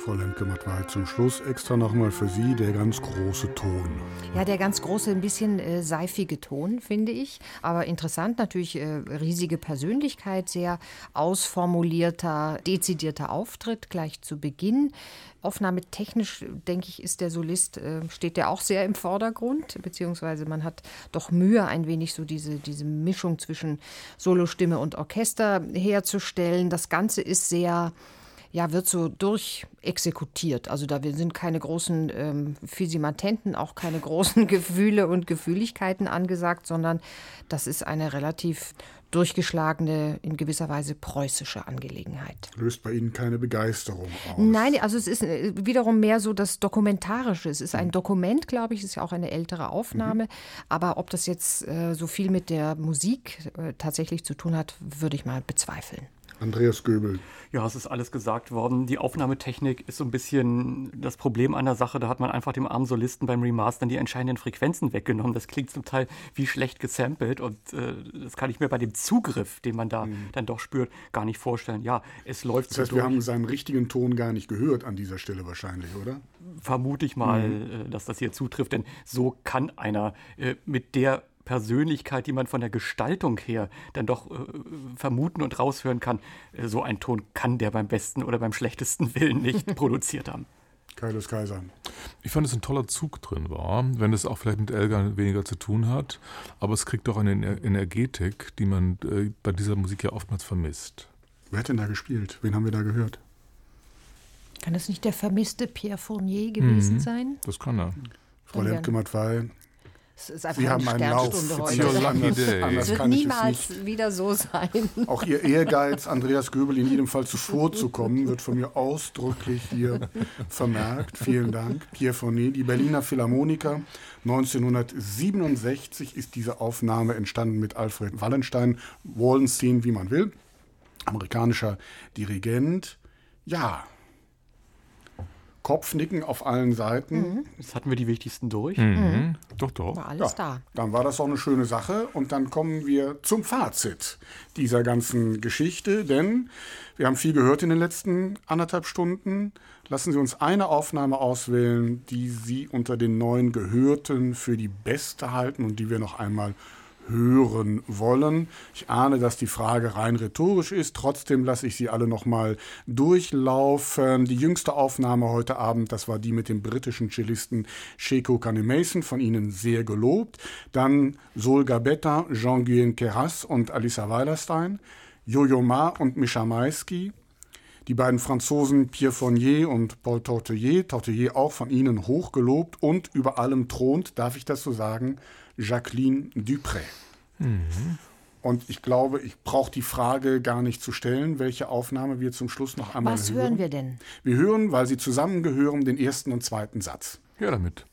Frau Lemke-Matwei, zum Schluss extra nochmal für Sie der ganz große Ton. Ja, der ganz große, ein bisschen äh, seifige Ton, finde ich. Aber interessant, natürlich äh, riesige Persönlichkeit, sehr ausformulierter, dezidierter Auftritt gleich zu Beginn. Aufnahmetechnisch, denke ich, ist der Solist, äh, steht der auch sehr im Vordergrund, beziehungsweise man hat doch Mühe, ein wenig so diese, diese Mischung zwischen Solostimme und Orchester herzustellen. Das Ganze ist sehr, ja, wird so durchexekutiert. Also da sind keine großen ähm, Fisimatenten, auch keine großen Gefühle und Gefühligkeiten angesagt, sondern das ist eine relativ durchgeschlagene, in gewisser Weise preußische Angelegenheit. Löst bei Ihnen keine Begeisterung aus? Nein, also es ist wiederum mehr so das Dokumentarische. Es ist ein Dokument, glaube ich, es ist ja auch eine ältere Aufnahme. Mhm. Aber ob das jetzt äh, so viel mit der Musik äh, tatsächlich zu tun hat, würde ich mal bezweifeln. Andreas Göbel. Ja, es ist alles gesagt worden. Die Aufnahmetechnik ist so ein bisschen das Problem an der Sache. Da hat man einfach dem armen Solisten beim Remastern die entscheidenden Frequenzen weggenommen. Das klingt zum Teil wie schlecht gesampelt und äh, das kann ich mir bei dem Zugriff, den man da mhm. dann doch spürt, gar nicht vorstellen. Ja, es läuft Das heißt, so wir durch. haben seinen richtigen Ton gar nicht gehört an dieser Stelle wahrscheinlich, oder? Vermute ich mal, Mhm. äh, dass das hier zutrifft, denn so kann einer äh, mit der Persönlichkeit, die man von der Gestaltung her dann doch äh, vermuten und raushören kann, äh, so ein Ton kann der beim besten oder beim schlechtesten Willen nicht produziert haben. Kaius Kaiser. Ich fand, dass ein toller Zug drin war, wenn es auch vielleicht mit Elgar weniger zu tun hat, aber es kriegt doch eine Energetik, die man äh, bei dieser Musik ja oftmals vermisst. Wer hat denn da gespielt? Wen haben wir da gehört? Kann das nicht der vermisste Pierre Fournier gewesen Mhm. sein? Das kann er. Frau Lemke-Matwei, Es ist einfach Sie eine haben einen Lauf. Sternstunde It's your heute. lucky day. Anders Es wird kann ich es niemals nicht. wieder so sein. Auch Ihr Ehrgeiz, Andreas Göbel in jedem Fall zuvorzukommen, wird von mir ausdrücklich hier vermerkt. Vielen Dank. Pierre Fournier, die Berliner Philharmoniker. neunzehnhundertsiebenundsechzig ist diese Aufnahme entstanden mit Alfred Wallenstein. Wallenstein, wie man will. Amerikanischer Dirigent. Ja. Kopfnicken auf allen Seiten. Mhm. Jetzt hatten wir die wichtigsten durch. Mhm. Doch, doch. War alles Ja, da. dann war das doch eine schöne Sache. Und dann kommen wir zum Fazit dieser ganzen Geschichte. Denn wir haben viel gehört in den letzten anderthalb Stunden. Lassen Sie uns eine Aufnahme auswählen, die Sie unter den neun Gehörten für die beste halten und die wir noch einmal hören wollen. Ich ahne, dass die Frage rein rhetorisch ist. Trotzdem lasse ich Sie alle noch mal durchlaufen. Die jüngste Aufnahme heute Abend, das war die mit dem britischen Cellisten Sheko Kanemason, von Ihnen sehr gelobt. Dann Sol Gabetta, Jean-Guyen Queyras und Alissa Weilerstein. Yo-Yo Ma und Mischa Maisky. Die beiden Franzosen Pierre Fournier und Paul Tortelier, Tortelier auch von Ihnen hochgelobt. Und über allem thront, darf ich das so sagen, Jacqueline Dupré. Mhm. Und ich glaube, ich brauche die Frage gar nicht zu stellen, welche Aufnahme wir zum Schluss noch einmal Was hören. hören wir denn? Wir hören, weil sie zusammengehören, den ersten und zweiten Satz. Ja, damit.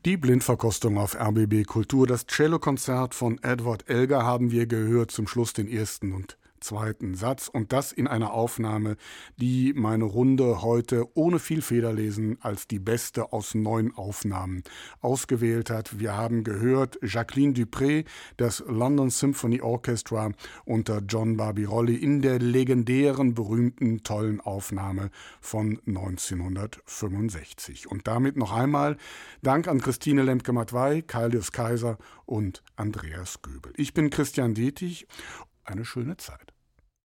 Die Blindverkostung auf R B B Kultur. Das Cellokonzert von Edward Elgar haben wir gehört, zum Schluss den ersten und zweiten Satz, und das in einer Aufnahme, die meine Runde heute ohne viel Federlesen als die beste aus neun Aufnahmen ausgewählt hat. Wir haben gehört Jacqueline Dupré, das London Symphony Orchestra unter John Barbirolli in der legendären, berühmten, tollen Aufnahme von neunzehnhundertfünfundsechzig. Und damit noch einmal Dank an Christine Lemke-Matwei, Kaius Kaiser und Andreas Göbel. Ich bin Christian Detig. Eine schöne Zeit.